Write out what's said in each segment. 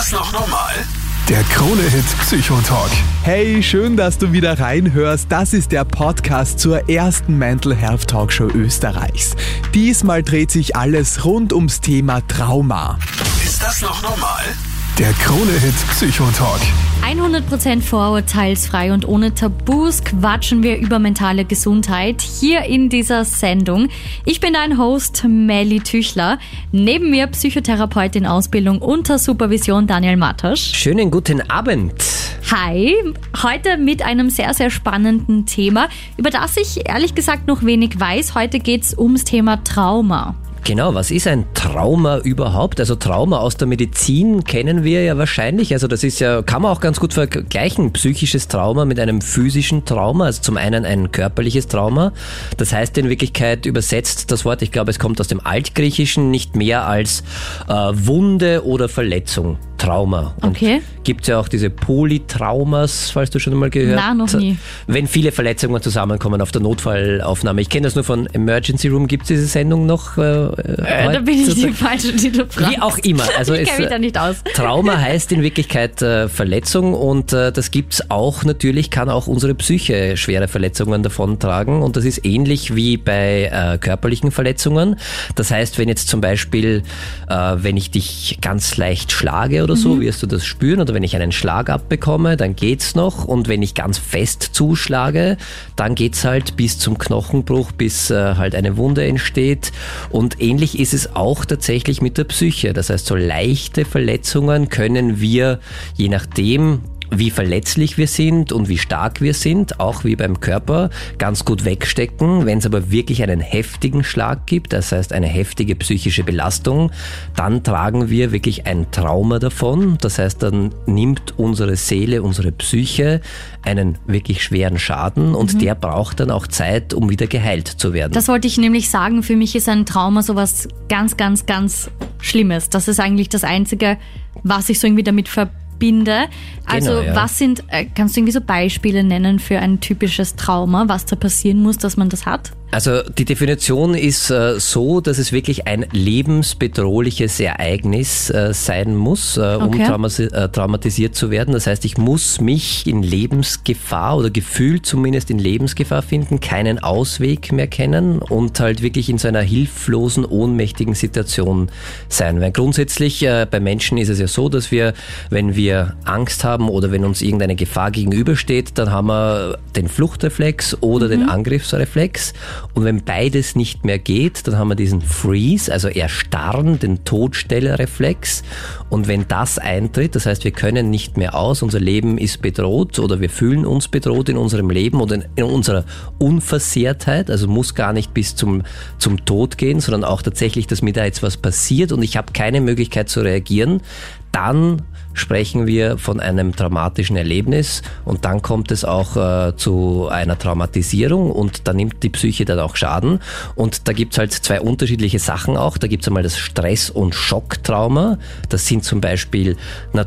das noch normal? Der Krone-Hit Psychotalk. Hey, schön, dass du wieder reinhörst. Das ist der Podcast zur ersten Mental Health Talkshow Österreichs. Diesmal dreht sich alles rund ums Thema Trauma. Ist das noch normal? Der Krone-Hit Psychotalk. 100% vorurteilsfrei und ohne Tabus quatschen wir über mentale Gesundheit hier in dieser Sendung. Ich bin dein Host Melly Tüchler. Neben mir Psychotherapeut in Ausbildung unter Supervision Daniel Matosch. Schönen guten Abend. Hi, heute mit einem sehr, sehr spannenden Thema, über das ich ehrlich gesagt noch wenig weiß. Heute geht's ums Thema Trauma. Genau, was ist ein Trauma überhaupt? Also Trauma aus der Medizin kennen wir ja wahrscheinlich. Also das ist ja, kann man auch ganz gut vergleichen, psychisches Trauma mit einem physischen Trauma. Also zum einen ein körperliches Trauma. Das heißt in Wirklichkeit übersetzt das Wort, ich glaube es kommt aus dem Altgriechischen, nicht mehr als Wunde oder Verletzung. Trauma. Okay. Und gibt ja auch diese Polytraumas, falls du schon einmal gehört hast. Nein, noch nie. Wenn viele Verletzungen zusammenkommen auf der Notfallaufnahme. Ich kenne das nur von Emergency Room. Gibt es diese Sendung noch? Da bin ich die Falsche, die du fragst. Wie auch immer. Also ich kenne mich da nicht aus. Trauma heißt in Wirklichkeit Verletzung und das gibt's auch natürlich, kann auch unsere Psyche schwere Verletzungen davontragen und das ist ähnlich wie bei körperlichen Verletzungen. Das heißt, wenn jetzt zum Beispiel, wenn ich dich ganz leicht schlage oder so, wirst du das spüren, oder wenn ich einen Schlag abbekomme, dann geht's noch, und wenn ich ganz fest zuschlage, dann geht's halt bis zum Knochenbruch, bis halt eine Wunde entsteht, und ähnlich ist es auch tatsächlich mit der Psyche. Das heißt, so leichte Verletzungen können wir, je nachdem wie verletzlich wir sind und wie stark wir sind, auch wie beim Körper, ganz gut wegstecken. Wenn es aber wirklich einen heftigen Schlag gibt, das heißt eine heftige psychische Belastung, dann tragen wir wirklich ein Trauma davon. Das heißt, dann nimmt unsere Seele, unsere Psyche einen wirklich schweren Schaden und der braucht dann auch Zeit, um wieder geheilt zu werden. Das wollte ich nämlich sagen. Für mich ist ein Trauma sowas ganz, ganz, ganz Schlimmes. Das ist eigentlich das Einzige, was ich so irgendwie damit verbinde. Also Genau, ja. was sind, kannst du irgendwie so Beispiele nennen für ein typisches Trauma, was da passieren muss, dass man das hat? Also die Definition ist so, dass es wirklich ein lebensbedrohliches Ereignis sein muss, um traumatisiert zu werden. Das heißt, ich muss mich in Lebensgefahr oder gefühlt zumindest in Lebensgefahr finden, keinen Ausweg mehr kennen und halt wirklich in so einer hilflosen, ohnmächtigen Situation sein. Weil grundsätzlich bei Menschen ist es ja so, dass wir, wenn wir Angst haben oder wenn uns irgendeine Gefahr gegenübersteht, dann haben wir den Fluchtreflex oder den Angriffsreflex. Und wenn beides nicht mehr geht, dann haben wir diesen Freeze, also Erstarren, den Todstellerreflex. Und wenn das eintritt, das heißt, wir können nicht mehr aus, unser Leben ist bedroht oder wir fühlen uns bedroht in unserem Leben oder in unserer Unversehrtheit, also muss gar nicht bis zum Tod gehen, sondern auch tatsächlich, dass mir da jetzt was passiert und ich habe keine Möglichkeit zu reagieren, dann sprechen wir von einem traumatischen Erlebnis und dann kommt es auch zu einer Traumatisierung und da nimmt die Psyche dann auch Schaden. Und da gibt's halt zwei unterschiedliche Sachen auch. Da gibt's einmal das Stress- und Schocktrauma. Das sind zum Beispiel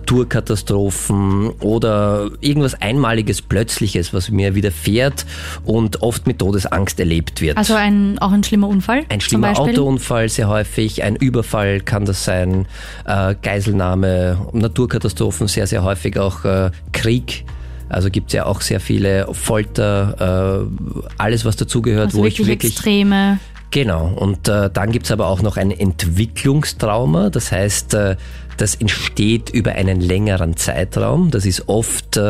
Naturkatastrophen oder irgendwas Einmaliges, Plötzliches, was mir widerfährt und oft mit Todesangst erlebt wird. Also auch ein schlimmer Unfall? Ein schlimmer Autounfall sehr häufig, ein Überfall kann das sein, Geiselnahme, Naturkatastrophen sehr, sehr häufig auch Krieg. Also gibt es ja auch sehr viele Folter, alles was dazugehört. Also wo wirklich ich wirklich Extreme. Genau, und dann gibt es aber auch noch ein Entwicklungstrauma, das heißt, das entsteht über einen längeren Zeitraum. Das ist oft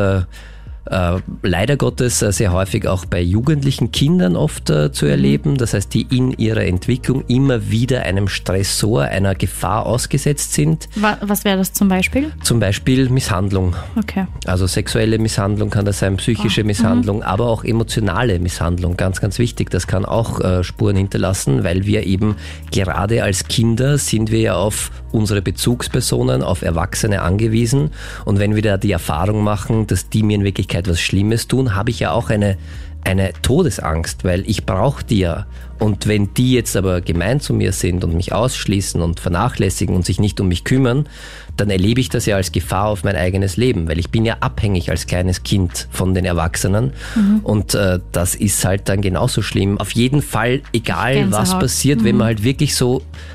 leider Gottes sehr häufig auch bei jugendlichen Kindern oft zu erleben. Das heißt, die in ihrer Entwicklung immer wieder einem Stressor, einer Gefahr ausgesetzt sind. Was wäre das zum Beispiel? Zum Beispiel Misshandlung. Okay. Also sexuelle Misshandlung kann das sein, psychische Misshandlung, aber auch emotionale Misshandlung. Ganz, ganz wichtig. Das kann auch Spuren hinterlassen, weil wir eben gerade als Kinder sind wir ja auf unsere Bezugspersonen, auf Erwachsene angewiesen. Und wenn wir da die Erfahrung machen, dass die mir in Wirklichkeit was Schlimmes tun, habe ich ja auch eine Todesangst, weil ich brauche die ja. Und wenn die jetzt aber gemein zu mir sind und mich ausschließen und vernachlässigen und sich nicht um mich kümmern, dann erlebe ich das ja als Gefahr auf mein eigenes Leben, weil ich bin ja abhängig als kleines Kind von den Erwachsenen und das ist halt dann genauso schlimm. Auf jeden Fall, egal was passiert, wenn man halt wirklich so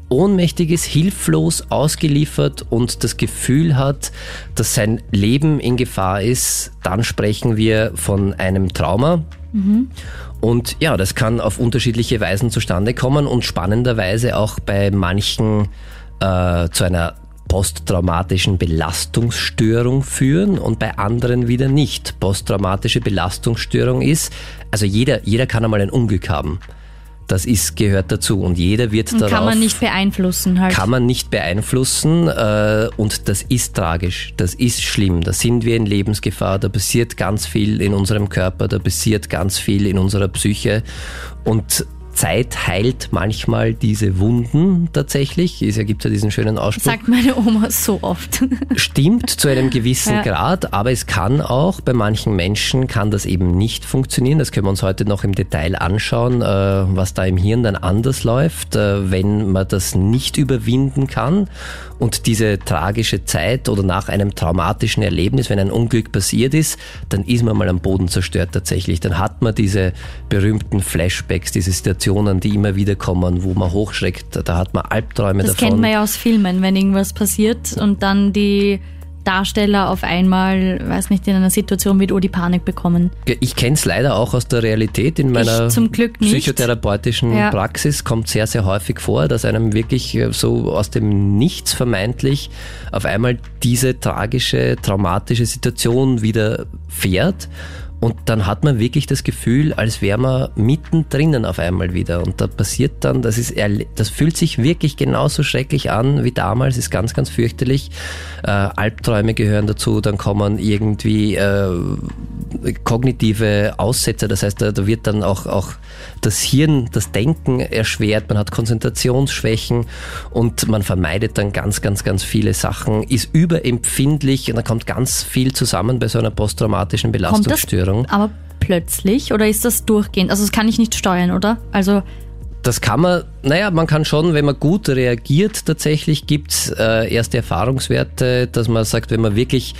ohnmächtig ist, hilflos, ausgeliefert und das Gefühl hat, dass sein Leben in Gefahr ist, dann sprechen wir von einem Trauma. Und ja, das kann auf unterschiedliche Weisen zustande kommen und spannenderweise auch bei manchen zu einer posttraumatischen Belastungsstörung führen und bei anderen wieder nicht. Posttraumatische Belastungsstörung ist, also jeder kann einmal ein Unglück haben. Das gehört dazu und jeder wird darauf... Kann man nicht beeinflussen halt. Kann man nicht beeinflussen und das ist tragisch, das ist schlimm, da sind wir in Lebensgefahr, da passiert ganz viel in unserem Körper, da passiert ganz viel in unserer Psyche und Zeit heilt manchmal diese Wunden tatsächlich. Es gibt ja diesen schönen Ausspruch. Sagt meine Oma so oft. Stimmt zu einem gewissen Grad, aber es kann auch, bei manchen Menschen kann das eben nicht funktionieren. Das können wir uns heute noch im Detail anschauen, was da im Hirn dann anders läuft, wenn man das nicht überwinden kann. Und diese tragische Zeit oder nach einem traumatischen Erlebnis, wenn ein Unglück passiert ist, dann ist man mal am Boden zerstört tatsächlich. Dann hat man diese berühmten Flashbacks, diese Situationen, die immer wieder kommen, wo man hochschreckt. Da hat man Albträume davon. Das kennt man ja aus Filmen, wenn irgendwas passiert und dann die Darsteller auf einmal, weiß nicht, in einer Situation mit die Panik bekommen. Ich kenne es leider auch aus der Realität in meiner zum Glück nicht. Psychotherapeutischen Praxis. Kommt sehr, sehr häufig vor, dass einem wirklich so aus dem Nichts vermeintlich auf einmal diese tragische, traumatische Situation widerfährt. Und dann hat man wirklich das Gefühl, als wäre man mittendrin auf einmal wieder. Und da passiert dann, das fühlt sich wirklich genauso schrecklich an wie damals, ist ganz, ganz fürchterlich. Albträume gehören dazu, dann kommen irgendwie kognitive Aussetzer, das heißt, da wird dann auch das Hirn, das Denken erschwert, man hat Konzentrationsschwächen und man vermeidet dann ganz, ganz, ganz viele Sachen, ist überempfindlich und da kommt ganz viel zusammen bei so einer posttraumatischen Belastungsstörung. Aber plötzlich oder ist das durchgehend? Also das kann ich nicht steuern, oder? Also das kann man, man kann schon, wenn man gut reagiert, tatsächlich gibt's erste Erfahrungswerte, dass man sagt, wenn man wirklich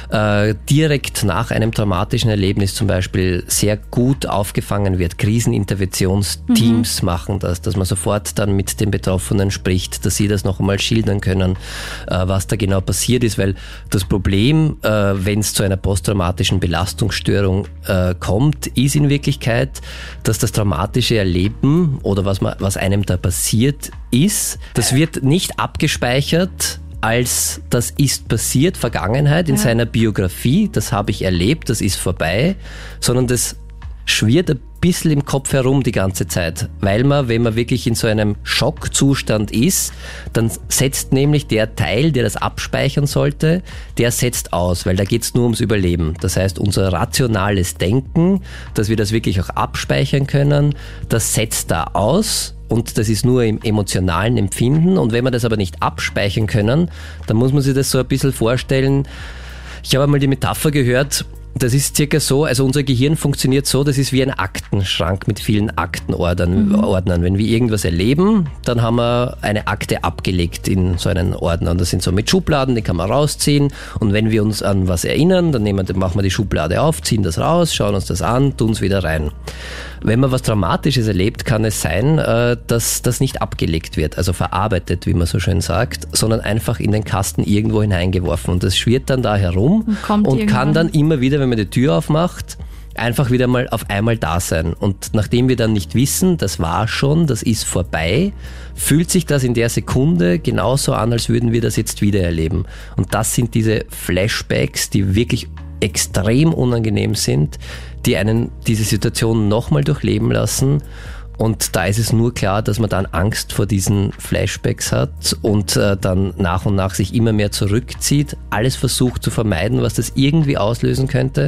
direkt nach einem traumatischen Erlebnis zum Beispiel sehr gut aufgefangen wird, Kriseninterventionsteams machen das, dass man sofort dann mit den Betroffenen spricht, dass sie das noch einmal schildern können, was da genau passiert ist, weil das Problem, wenn es zu einer posttraumatischen Belastungsstörung kommt, ist in Wirklichkeit, dass das traumatische Erleben oder was einem da passiert ist, das wird nicht abgespeichert als das ist passiert, Vergangenheit in seiner Biografie, das habe ich erlebt, das ist vorbei, sondern das schwirrt ein bisschen im Kopf herum die ganze Zeit, weil man, wenn man wirklich in so einem Schockzustand ist, dann setzt nämlich der Teil, der das abspeichern sollte, der setzt aus, weil da geht es nur ums Überleben. Das heißt, unser rationales Denken, dass wir das wirklich auch abspeichern können, das setzt da aus. Und das ist nur im emotionalen Empfinden. Und wenn wir das aber nicht abspeichern können, dann muss man sich das so ein bisschen vorstellen. Ich habe einmal die Metapher gehört, das ist circa so, also unser Gehirn funktioniert so, das ist wie ein Aktenschrank mit vielen Aktenordnern. Wenn wir irgendwas erleben, dann haben wir eine Akte abgelegt in so einen Ordner. Und das sind so mit Schubladen, die kann man rausziehen. Und wenn wir uns an was erinnern, dann machen wir die Schublade auf, ziehen das raus, schauen uns das an, tun es wieder rein. Wenn man was Dramatisches erlebt, kann es sein, dass das nicht abgelegt wird, also verarbeitet, wie man so schön sagt, sondern einfach in den Kasten irgendwo hineingeworfen. Und das schwirrt dann da herum und kann dann immer wieder, wenn man die Tür aufmacht, einfach wieder mal auf einmal da sein. Und nachdem wir dann nicht wissen, das war schon, das ist vorbei, fühlt sich das in der Sekunde genauso an, als würden wir das jetzt wieder erleben. Und das sind diese Flashbacks, die wirklich extrem unangenehm sind, die einen diese Situation nochmal durchleben lassen. Und da ist es nur klar, dass man dann Angst vor diesen Flashbacks hat und dann nach und nach sich immer mehr zurückzieht, alles versucht zu vermeiden, was das irgendwie auslösen könnte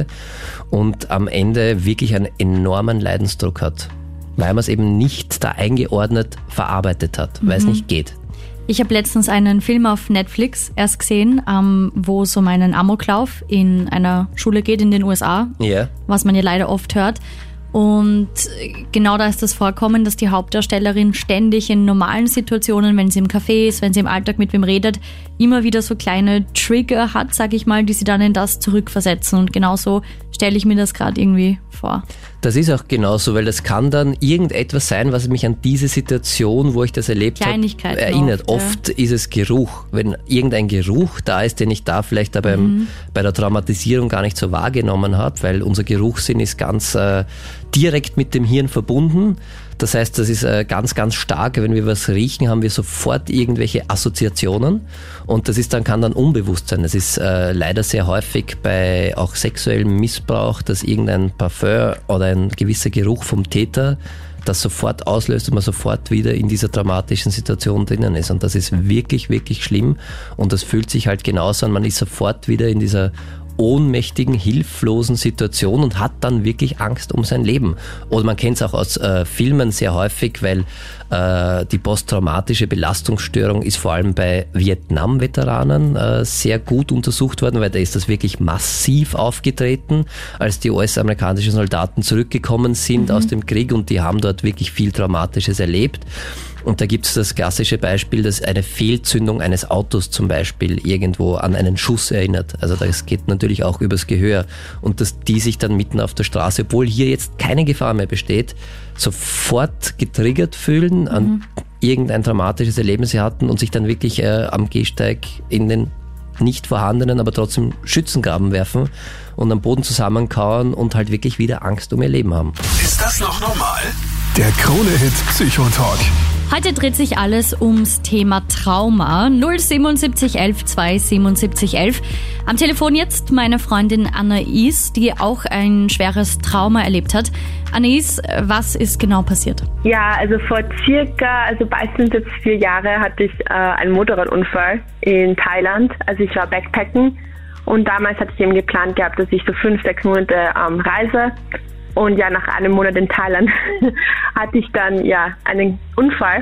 und am Ende wirklich einen enormen Leidensdruck hat, weil man es eben nicht da eingeordnet verarbeitet hat, weil es nicht geht. Ich habe letztens einen Film auf Netflix erst gesehen, wo es um einen Amoklauf in einer Schule geht in den USA, was man ja leider oft hört. Und genau da ist das Vorkommen, dass die Hauptdarstellerin ständig in normalen Situationen, wenn sie im Café ist, wenn sie im Alltag mit wem redet, immer wieder so kleine Trigger hat, sag ich mal, die sie dann in das zurückversetzen. Und genauso stelle ich mir das gerade irgendwie vor. Das ist auch genauso, weil das kann dann irgendetwas sein, was mich an diese Situation, wo ich das erlebt habe, erinnert. Oft ist es Geruch. Wenn irgendein Geruch da ist, den ich da vielleicht bei der Traumatisierung gar nicht so wahrgenommen habe, weil unser Geruchssinn ist ganz direkt mit dem Hirn verbunden. Das heißt, das ist ganz, ganz stark. Wenn wir was riechen, haben wir sofort irgendwelche Assoziationen und das ist kann dann unbewusst sein. Das ist leider sehr häufig bei auch sexuellem Missbrauch, dass irgendein Parfum oder ein gewisser Geruch vom Täter das sofort auslöst und man sofort wieder in dieser dramatischen Situation drinnen ist. Und das ist wirklich, wirklich schlimm und das fühlt sich halt genauso an. Man ist sofort wieder in dieser ohnmächtigen, hilflosen Situation und hat dann wirklich Angst um sein Leben. Oder man kennt es auch aus Filmen sehr häufig, weil die posttraumatische Belastungsstörung ist vor allem bei Vietnam-Veteranen sehr gut untersucht worden, weil da ist das wirklich massiv aufgetreten, als die US-amerikanischen Soldaten zurückgekommen sind aus dem Krieg und die haben dort wirklich viel Traumatisches erlebt. Und da gibt es das klassische Beispiel, dass eine Fehlzündung eines Autos zum Beispiel irgendwo an einen Schuss erinnert. Also das geht natürlich auch übers Gehör. Und dass die sich dann mitten auf der Straße, obwohl hier jetzt keine Gefahr mehr besteht, sofort getriggert fühlen an irgendein dramatisches Erlebnis sie hatten und sich dann wirklich am Gehsteig in den nicht vorhandenen, aber trotzdem Schützengraben werfen und am Boden zusammenkauern und halt wirklich wieder Angst um ihr Leben haben. Ist das noch normal? Der Krone-Hit Psychotalk. Heute dreht sich alles ums Thema Trauma. 07711 27711. Am Telefon jetzt meine Freundin Anais, die auch ein schweres Trauma erlebt hat. Anais, was ist genau passiert? Ja, also vor bald sind jetzt 4 Jahre, hatte ich einen Motorradunfall in Thailand. Also ich war Backpacken und damals hatte ich eben geplant gehabt, dass ich so 5-6 Monate reise. Und ja, nach einem Monat in Thailand hatte ich dann einen Unfall.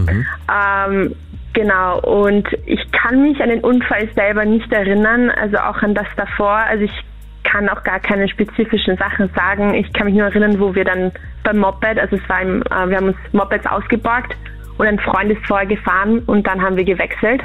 Genau, und ich kann mich an den Unfall selber nicht erinnern, also auch an das davor. Also ich kann auch gar keine spezifischen Sachen sagen. Ich kann mich nur erinnern, wo wir dann beim Moped, also wir haben uns Mopeds ausgeborgt und ein Freund ist vorher gefahren und dann haben wir gewechselt.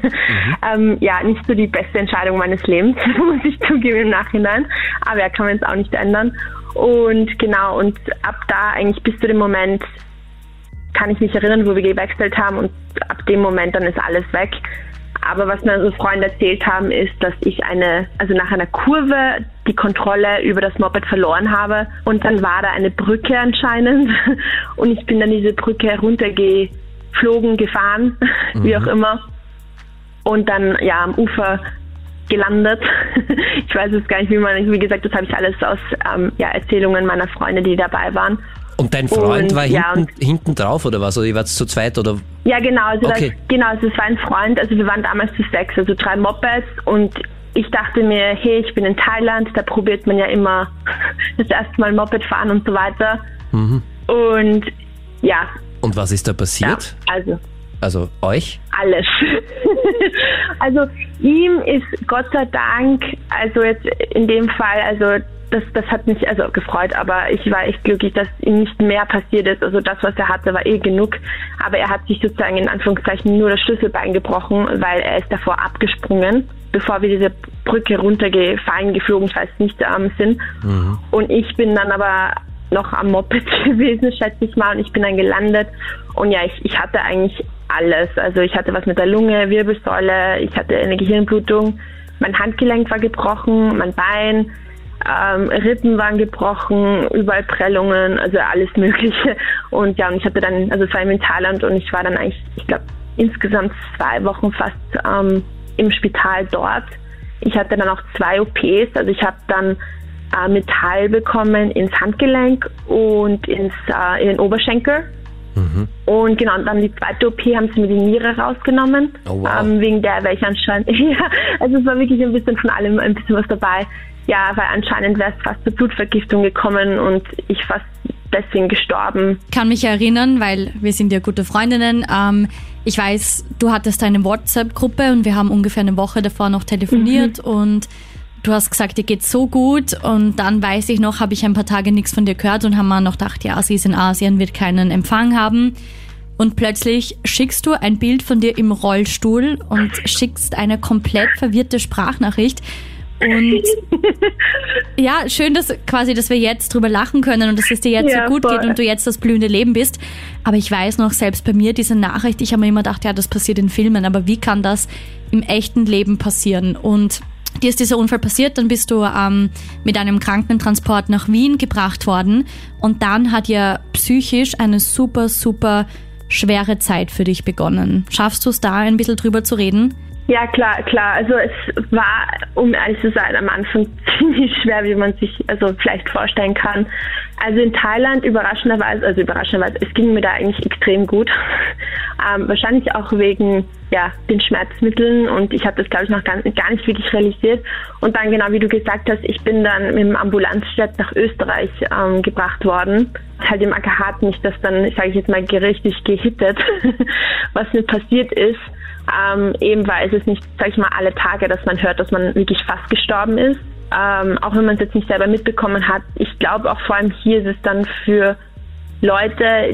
Nicht so die beste Entscheidung meines Lebens, muss ich zugeben im Nachhinein, aber kann man jetzt auch nicht ändern. Und genau, und ab da eigentlich bis zu dem Moment kann ich mich erinnern, wo wir gewechselt haben und ab dem Moment dann ist alles weg. Aber was mir unsere Freunde erzählt haben, ist, dass ich nach einer Kurve die Kontrolle über das Moped verloren habe und dann war da eine Brücke anscheinend und ich bin dann diese Brücke heruntergeflogen, gefahren, wie auch immer und dann am Ufer gelandet. Ich weiß es gar nicht, wie gesagt, das habe ich alles aus Erzählungen meiner Freunde, die dabei waren. Und dein Freund war hinten drauf oder was? Oder ihr wart zu zweit? Oder? Ja, genau. Also das war ein Freund. Also wir waren damals zu 6, also 3 Mopeds und ich dachte mir, hey, ich bin in Thailand, da probiert man ja immer das erste Mal Moped fahren und so weiter. Und ja. Und was ist da passiert? Ja, also euch? Alles. Also ihm ist Gott sei Dank, also jetzt in dem Fall, also das hat mich gefreut, aber ich war echt glücklich, dass ihm nicht mehr passiert ist. Also das, was er hatte, war genug. Aber er hat sich sozusagen in Anführungszeichen nur das Schlüsselbein gebrochen, weil er ist davor abgesprungen, bevor wir diese Brücke geflogen, falls nicht sind. Und ich bin dann aber noch am Moped gewesen, schätze ich mal, und ich bin dann gelandet. Und ja, ich hatte eigentlich alles. Also ich hatte was mit der Lunge, Wirbelsäule, ich hatte eine Gehirnblutung, mein Handgelenk war gebrochen, mein Bein, Rippen waren gebrochen, überall Prellungen, also alles Mögliche. Und ja, und ich hatte dann, es war in Thailand und ich war dann eigentlich, ich glaube, insgesamt 2 Wochen fast im Spital dort. Ich hatte dann auch 2 OPs, also ich habe dann Metall bekommen ins Handgelenk und in den Oberschenkel. Und genau, und dann die zweite OP haben sie mir die Niere rausgenommen. Oh, wow. Wegen der, welche anscheinend, also es war wirklich ein bisschen von allem ein bisschen was dabei. Ja, weil anscheinend wäre es fast zur Blutvergiftung gekommen und ich fast deswegen gestorben. Ich kann mich erinnern, weil wir sind ja gute Freundinnen. Ich weiß, du hattest eine WhatsApp-Gruppe und wir haben ungefähr eine Woche davor noch telefoniert und du hast gesagt, dir geht's so gut und dann weiß ich noch, habe ich ein paar Tage nichts von dir gehört und haben wir noch gedacht, ja, sie ist in Asien, wird keinen Empfang haben. Und plötzlich schickst du ein Bild von dir im Rollstuhl und schickst eine komplett verwirrte Sprachnachricht. Und Ja, schön, dass wir jetzt drüber lachen können und dass es dir jetzt so gut geht und du jetzt das blühende Leben bist. Aber ich weiß noch, selbst bei mir diese Nachricht, ich habe mir immer gedacht, ja, das passiert in Filmen, aber wie kann das im echten Leben passieren? Und dir ist dieser Unfall passiert, dann bist du mit einem Krankentransport nach Wien gebracht worden und dann hat ja psychisch eine super, super schwere Zeit für dich begonnen. Schaffst du es da ein bisschen drüber zu reden? Ja, klar. Also es war, um ehrlich zu sein, am Anfang ziemlich schwer, wie man sich vielleicht vorstellen kann. Also in Thailand überraschenderweise, es ging mir da eigentlich extrem gut. Wahrscheinlich auch wegen den Schmerzmitteln und ich habe das, glaube ich, noch gar nicht wirklich realisiert. Und dann, genau wie du gesagt hast, ich bin dann mit dem Ambulanzjet nach Österreich gebracht worden. Halt im AKH hat mich das dann, sage ich jetzt mal, richtig gehittet, was mir passiert ist. Eben weil es ist nicht, sag ich mal, alle Tage, dass man hört, dass man wirklich fast gestorben ist. Auch wenn man es jetzt nicht selber mitbekommen hat. Ich glaube auch vor allem hier ist es dann für Leute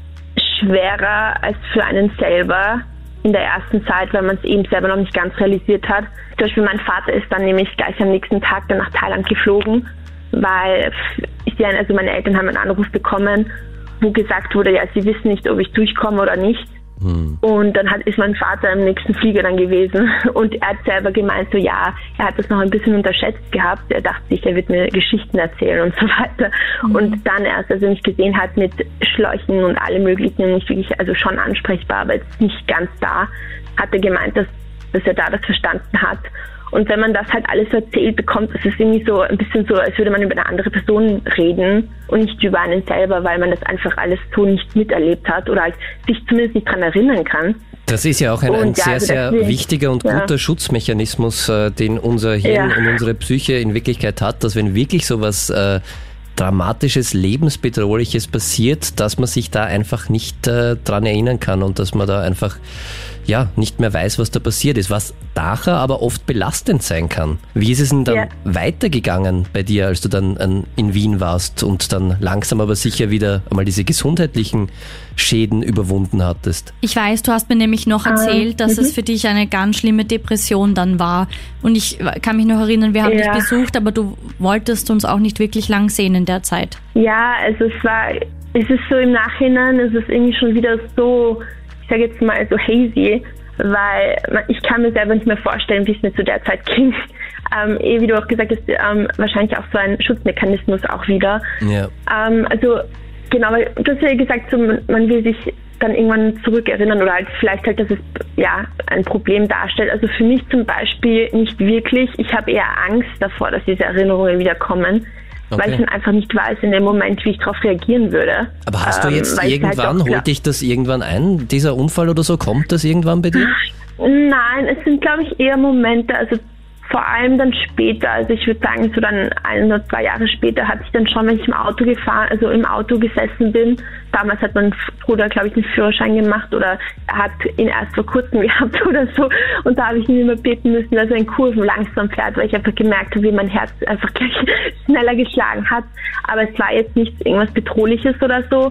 schwerer als für einen selber in der ersten Zeit, weil man es eben selber noch nicht ganz realisiert hat. Zum Beispiel mein Vater ist dann nämlich gleich am nächsten Tag dann nach Thailand geflogen, weil meine Eltern haben einen Anruf bekommen, wo gesagt wurde, ja, sie wissen nicht, ob ich durchkomme oder nicht. Und dann ist mein Vater im nächsten Flieger dann gewesen und er hat selber gemeint, er hat das noch ein bisschen unterschätzt gehabt. Er dachte sich, er wird mir Geschichten erzählen und so weiter. Und dann erst, als er mich gesehen hat mit Schläuchen und allem Möglichen und nicht wirklich, schon ansprechbar, aber jetzt nicht ganz da, hat er gemeint, dass er da das verstanden hat. Und wenn man das halt alles erzählt bekommt, ist es irgendwie so ein bisschen so, als würde man über eine andere Person reden und nicht über einen selber, weil man das einfach alles so nicht miterlebt hat oder halt sich zumindest nicht dran erinnern kann. Das ist ja auch ein sehr wichtiger und guter Schutzmechanismus, den unser Hirn und unsere Psyche in Wirklichkeit hat, dass wenn wirklich sowas Dramatisches, Lebensbedrohliches passiert, dass man sich da einfach nicht dran erinnern kann und dass man da einfach nicht mehr weiß, was da passiert ist, was nachher aber oft belastend sein kann. Wie ist es denn dann weitergegangen bei dir, als du dann in Wien warst und dann langsam aber sicher wieder einmal diese gesundheitlichen Schäden überwunden hattest? Ich weiß, du hast mir nämlich noch erzählt, dass es für dich eine ganz schlimme Depression dann war. Und ich kann mich noch erinnern, wir haben dich besucht, aber du wolltest uns auch nicht wirklich lang sehen in der Zeit. Ja, also es ist so im Nachhinein, es ist irgendwie schon wieder so, ich sage jetzt mal so hazy, weil ich kann mir selber nicht mehr vorstellen, wie es mir zu der Zeit ging. Wie du auch gesagt hast, wahrscheinlich auch so ein Schutzmechanismus auch wieder. Ja. Genau, weil du hast ja gesagt, so, man will sich dann irgendwann zurückerinnern oder halt vielleicht halt, dass es ein Problem darstellt. Also für mich zum Beispiel nicht wirklich. Ich habe eher Angst davor, dass diese Erinnerungen wieder kommen. Okay. Weil ich dann einfach nicht weiß in dem Moment, wie ich darauf reagieren würde. Aber hast du jetzt irgendwann, holt dich das irgendwann ein, dieser Unfall oder so? Kommt das irgendwann bei dir? Nein, es sind, glaube ich, eher Momente, also vor allem dann später, also ich würde sagen, so dann 1 oder 2 Jahre später hatte ich dann schon, wenn ich im Auto gesessen bin. Damals hat mein Bruder, glaube ich, einen Führerschein gemacht oder er hat ihn erst vor kurzem gehabt oder so. Und da habe ich ihn immer beten müssen, dass er in Kurven langsam fährt, weil ich einfach gemerkt habe, wie mein Herz einfach gleich schneller geschlagen hat. Aber es war jetzt nichts irgendwas Bedrohliches oder so.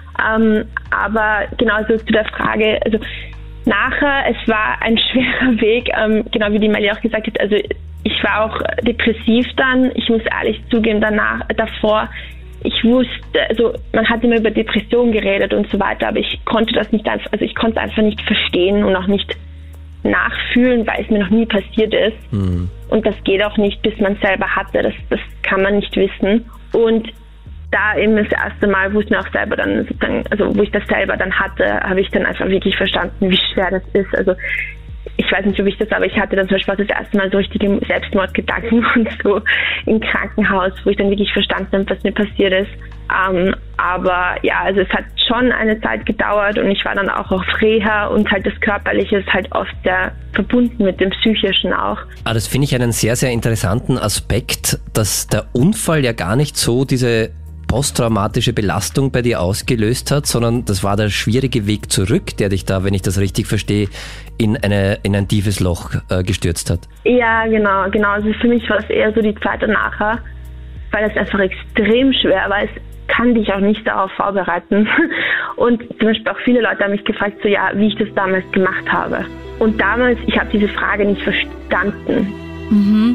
Aber genauso zu der Frage, also nachher, es war ein schwerer Weg, genau wie die Melli auch gesagt hat, also ich war auch depressiv dann, ich muss ehrlich zugeben, davor, ich wusste, also man hat immer über Depression geredet und so weiter, aber ich konnte das nicht einfach, also ich konnte es einfach nicht verstehen und auch nicht nachfühlen, weil es mir noch nie passiert ist. Und das geht auch nicht, bis man es selber hatte, das kann man nicht wissen. Und da eben das erste Mal, wo es mir auch selber dann sozusagen, also wo ich das selber dann hatte, habe ich dann einfach wirklich verstanden, wie schwer das ist. Also ich weiß nicht, ob ich das, aber ich hatte dann zum Beispiel das erste Mal so richtige Selbstmordgedanken und so im Krankenhaus, wo ich dann wirklich verstanden habe, was mir passiert ist. Aber ja, also es hat schon eine Zeit gedauert und ich war dann auch auf Reha und halt das Körperliche ist halt oft sehr verbunden mit dem Psychischen auch. Das finde ich einen sehr, sehr interessanten Aspekt, dass der Unfall ja gar nicht so diese posttraumatische Belastung bei dir ausgelöst hat, sondern das war der schwierige Weg zurück, der dich da, wenn ich das richtig verstehe, in ein tiefes Loch gestürzt hat. Ja, genau. Also für mich war es eher so die Zeit danach, weil es einfach extrem schwer war. Es kann dich auch nicht darauf vorbereiten. Und zum Beispiel auch viele Leute haben mich gefragt, so wie ich das damals gemacht habe. Und damals, ich habe diese Frage nicht verstanden.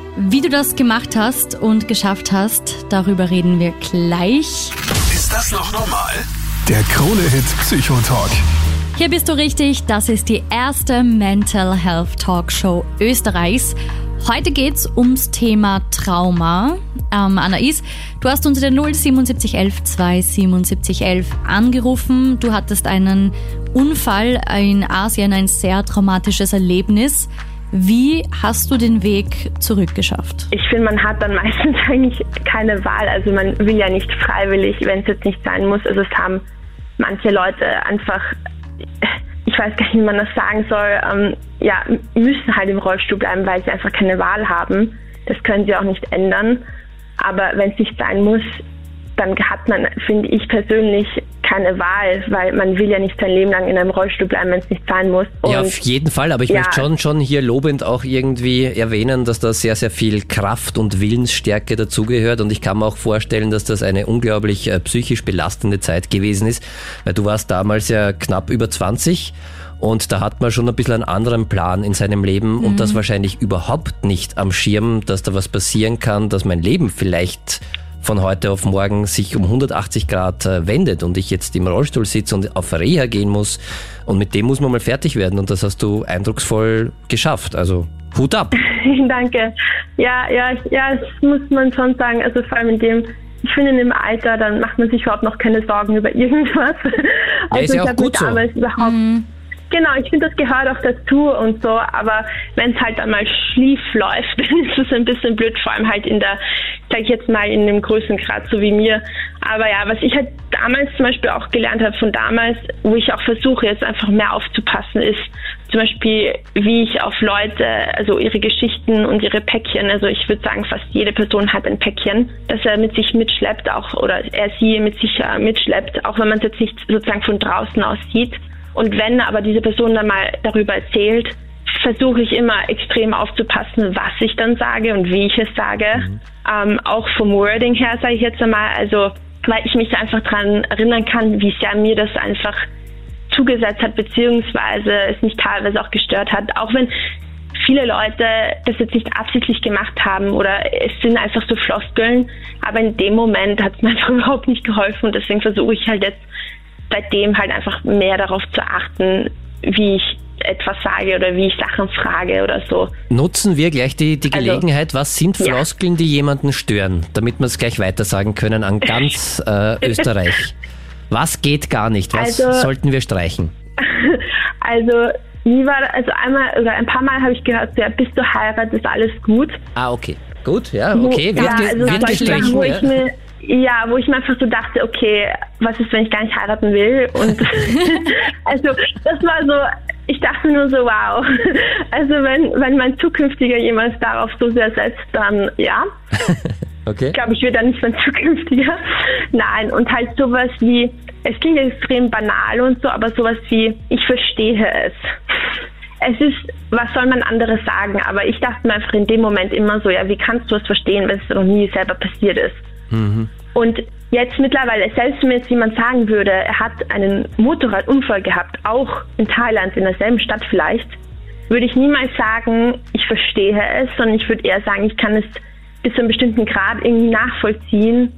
Wie du das gemacht hast und geschafft hast, darüber reden wir gleich. Ist das noch normal? Der Krone-Hit Psychotalk. Hier bist du richtig, das ist die erste Mental Health Talkshow Österreichs. Heute geht's ums Thema Trauma. Anais, du hast unter der 07711 27711 angerufen. Du hattest einen Unfall in Asien, ein sehr traumatisches Erlebnis. Wie hast du den Weg zurückgeschafft? Ich finde, man hat dann meistens eigentlich keine Wahl. Also man will ja nicht freiwillig, wenn es jetzt nicht sein muss. Also es haben manche Leute einfach, ich weiß gar nicht, wie man das sagen soll, müssen halt im Rollstuhl bleiben, weil sie einfach keine Wahl haben. Das können sie auch nicht ändern. Aber wenn es nicht sein muss, dann hat man, finde ich persönlich, keine Wahl, weil man will ja nicht sein Leben lang in einem Rollstuhl bleiben, wenn es nicht sein muss. Und ja, auf jeden Fall, aber ich möchte schon hier lobend auch irgendwie erwähnen, dass da sehr, sehr viel Kraft und Willensstärke dazugehört und ich kann mir auch vorstellen, dass das eine unglaublich psychisch belastende Zeit gewesen ist, weil du warst damals ja knapp über 20 und da hat man schon ein bisschen einen anderen Plan in seinem Leben und das wahrscheinlich überhaupt nicht am Schirm, dass da was passieren kann, dass mein Leben vielleicht von heute auf morgen sich um 180 Grad wendet und ich jetzt im Rollstuhl sitze und auf Reha gehen muss und mit dem muss man mal fertig werden und das hast du eindrucksvoll geschafft, also Hut ab. Danke. Ja, das muss man schon sagen, also vor allem ich finde in dem Alter, dann macht man sich überhaupt noch keine Sorgen über irgendwas. Also ist ja auch gut so. Genau, ich finde, das gehört auch dazu und so, aber wenn es halt einmal schief läuft, dann ist es ein bisschen blöd, vor allem halt sag ich jetzt mal, in dem Größengrad, so wie mir. Aber ja, was ich halt damals zum Beispiel auch gelernt habe von damals, wo ich auch versuche, jetzt einfach mehr aufzupassen, ist zum Beispiel, wie ich auf Leute, also ihre Geschichten und ihre Päckchen, also ich würde sagen, fast jede Person hat ein Päckchen, das er mit sich mitschleppt, sie mit sich mitschleppt, auch wenn man es jetzt nicht sozusagen von draußen aus sieht. Und wenn aber diese Person dann mal darüber erzählt, versuche ich immer extrem aufzupassen, was ich dann sage und wie ich es sage. Auch vom Wording her, sage ich jetzt einmal, also weil ich mich einfach daran erinnern kann, wie sehr mir das einfach zugesetzt hat, beziehungsweise es mich teilweise auch gestört hat. Auch wenn viele Leute das jetzt nicht absichtlich gemacht haben oder es sind einfach so Floskeln, aber in dem Moment hat es mir einfach überhaupt nicht geholfen und deswegen versuche ich halt jetzt seitdem halt einfach mehr darauf zu achten, wie ich etwas sage oder wie ich Sachen frage oder so. Nutzen wir gleich die Gelegenheit, was sind Floskeln, die jemanden stören, damit wir es gleich weiter sagen können an ganz Österreich. Was geht gar nicht? Was sollten wir streichen? Also einmal oder ein paar Mal habe ich gehört, ja, bis du heiratest, ist alles gut. Ah, okay. Gut, ja, okay. Wird gestrichen. Wo ich mir einfach so dachte, okay, was ist, wenn ich gar nicht heiraten will? Und also das war so, ich dachte nur so, wow. Also wenn mein Zukünftiger jemals darauf so sehr setzt, dann ja. Okay. Ich glaube, ich werde dann nicht mein Zukünftiger. Nein, und halt sowas wie, es klingt extrem banal und so, aber sowas wie, ich verstehe es. Es ist, was soll man anderes sagen? Aber ich dachte mir einfach in dem Moment immer so, ja, wie kannst du es verstehen, wenn es noch nie selber passiert ist? Und jetzt mittlerweile, selbst wenn mir jetzt jemand sagen würde, er hat einen Motorradunfall gehabt, auch in Thailand, in derselben Stadt vielleicht, würde ich niemals sagen, ich verstehe es, sondern ich würde eher sagen, ich kann es bis zu einem bestimmten Grad irgendwie nachvollziehen.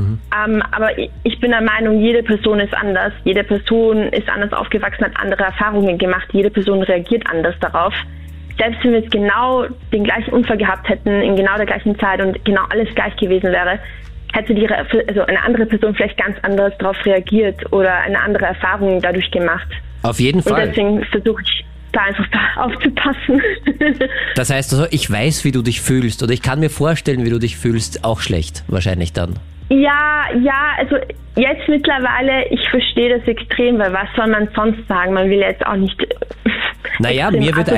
Aber ich bin der Meinung, jede Person ist anders. Jede Person ist anders aufgewachsen, hat andere Erfahrungen gemacht. Jede Person reagiert anders darauf. Selbst wenn wir jetzt genau den gleichen Unfall gehabt hätten, in genau der gleichen Zeit und genau alles gleich gewesen wäre, hätte eine andere Person vielleicht ganz anders darauf reagiert oder eine andere Erfahrung dadurch gemacht. Auf jeden Fall. Und deswegen versuche ich da einfach aufzupassen. Das heißt also, ich weiß, wie du dich fühlst oder ich kann mir vorstellen, wie du dich fühlst, auch schlecht wahrscheinlich dann. Ja, also jetzt mittlerweile, ich verstehe das extrem, weil was soll man sonst sagen? Man will jetzt auch nicht... Naja, mir wird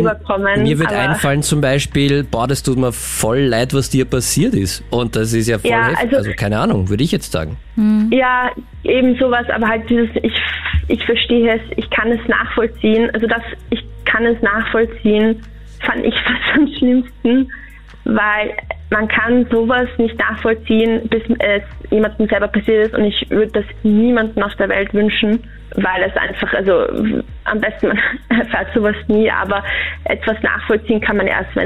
einfallen zum Beispiel, das tut mir voll leid, was dir passiert ist. Und das ist ja voll heftig. Also keine Ahnung, würde ich jetzt sagen. Ja, eben sowas, aber halt dieses, ich verstehe es, ich kann es nachvollziehen. Also ich kann es nachvollziehen, fand ich fast am schlimmsten, weil man kann sowas nicht nachvollziehen, bis es jemandem selber passiert ist und ich würde das niemandem auf der Welt wünschen, weil es einfach, also am besten man erfährt sowas nie, aber etwas nachvollziehen kann man erst, wenn es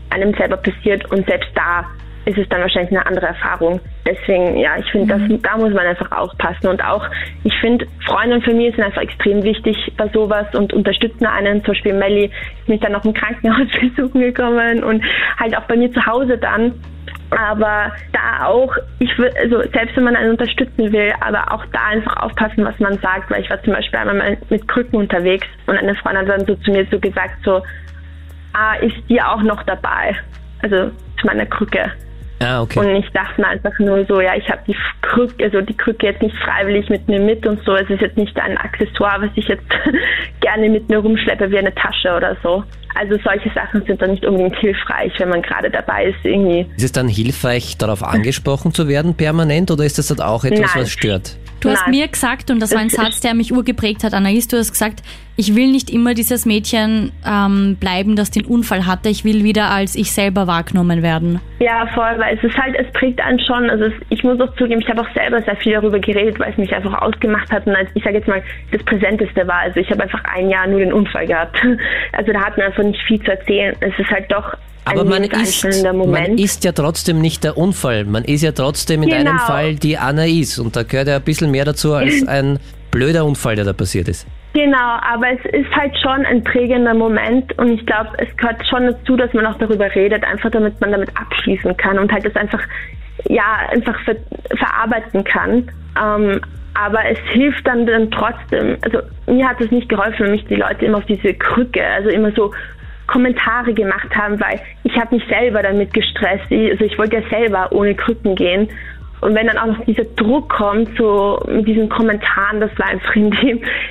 einem selber passiert und selbst da ist es dann wahrscheinlich eine andere Erfahrung. Deswegen, ja, ich finde, da muss man einfach aufpassen. Und auch, ich finde, Freunde und Familie sind einfach extrem wichtig bei sowas und unterstützen einen. Zum Beispiel Melli ist mich dann noch im Krankenhaus besuchen gekommen und halt auch bei mir zu Hause dann. Aber da auch, also selbst wenn man einen unterstützen will, aber auch da einfach aufpassen, was man sagt, weil ich war zum Beispiel einmal mal mit Krücken unterwegs und eine Freundin hat dann so zu mir so gesagt, so, ist die auch noch dabei? Also zu meiner Krücke. Ah, okay. Und ich dachte mir einfach nur so, ja, ich habe die Krücke jetzt nicht freiwillig mit mir mit und so. Es ist jetzt nicht ein Accessoire, was ich jetzt gerne mit mir rumschleppe wie eine Tasche oder so. Also solche Sachen sind dann nicht unbedingt hilfreich, wenn man gerade dabei ist irgendwie. Ist es dann hilfreich, darauf angesprochen zu werden permanent oder ist das dann auch etwas, was stört? Du hast mir gesagt, und das war ein Satz, der mich urgeprägt hat, Anais, du hast gesagt, ich will nicht immer dieses Mädchen bleiben, das den Unfall hatte. Ich will wieder als ich selber wahrgenommen werden. Ja, voll, weil es prägt einen schon. Also ich muss auch zugeben, ich habe auch selber sehr viel darüber geredet, weil es mich einfach ausgemacht hat und als ich sage jetzt mal, das Präsenteste war. Also ich habe einfach ein Jahr nur den Unfall gehabt. Also da hat man einfach nicht viel zu erzählen. Es ist halt doch aber man ist ja trotzdem nicht der Unfall. Man ist ja trotzdem in einem Fall die Anais. Und da gehört ja ein bisschen mehr dazu als ein blöder Unfall, der da passiert ist. Genau, aber es ist halt schon ein prägender Moment und ich glaube, es gehört schon dazu, dass man auch darüber redet, einfach damit man damit abschließen kann und halt das einfach verarbeiten kann. Aber es hilft dann trotzdem. Also mir hat es nicht geholfen, wenn mich die Leute immer auf diese Krücke, also immer so Kommentare gemacht haben, weil ich habe mich selber damit gestresst. Also ich wollte ja selber ohne Krücken gehen. Und wenn dann auch noch dieser Druck kommt, so mit diesen Kommentaren, das war einfach in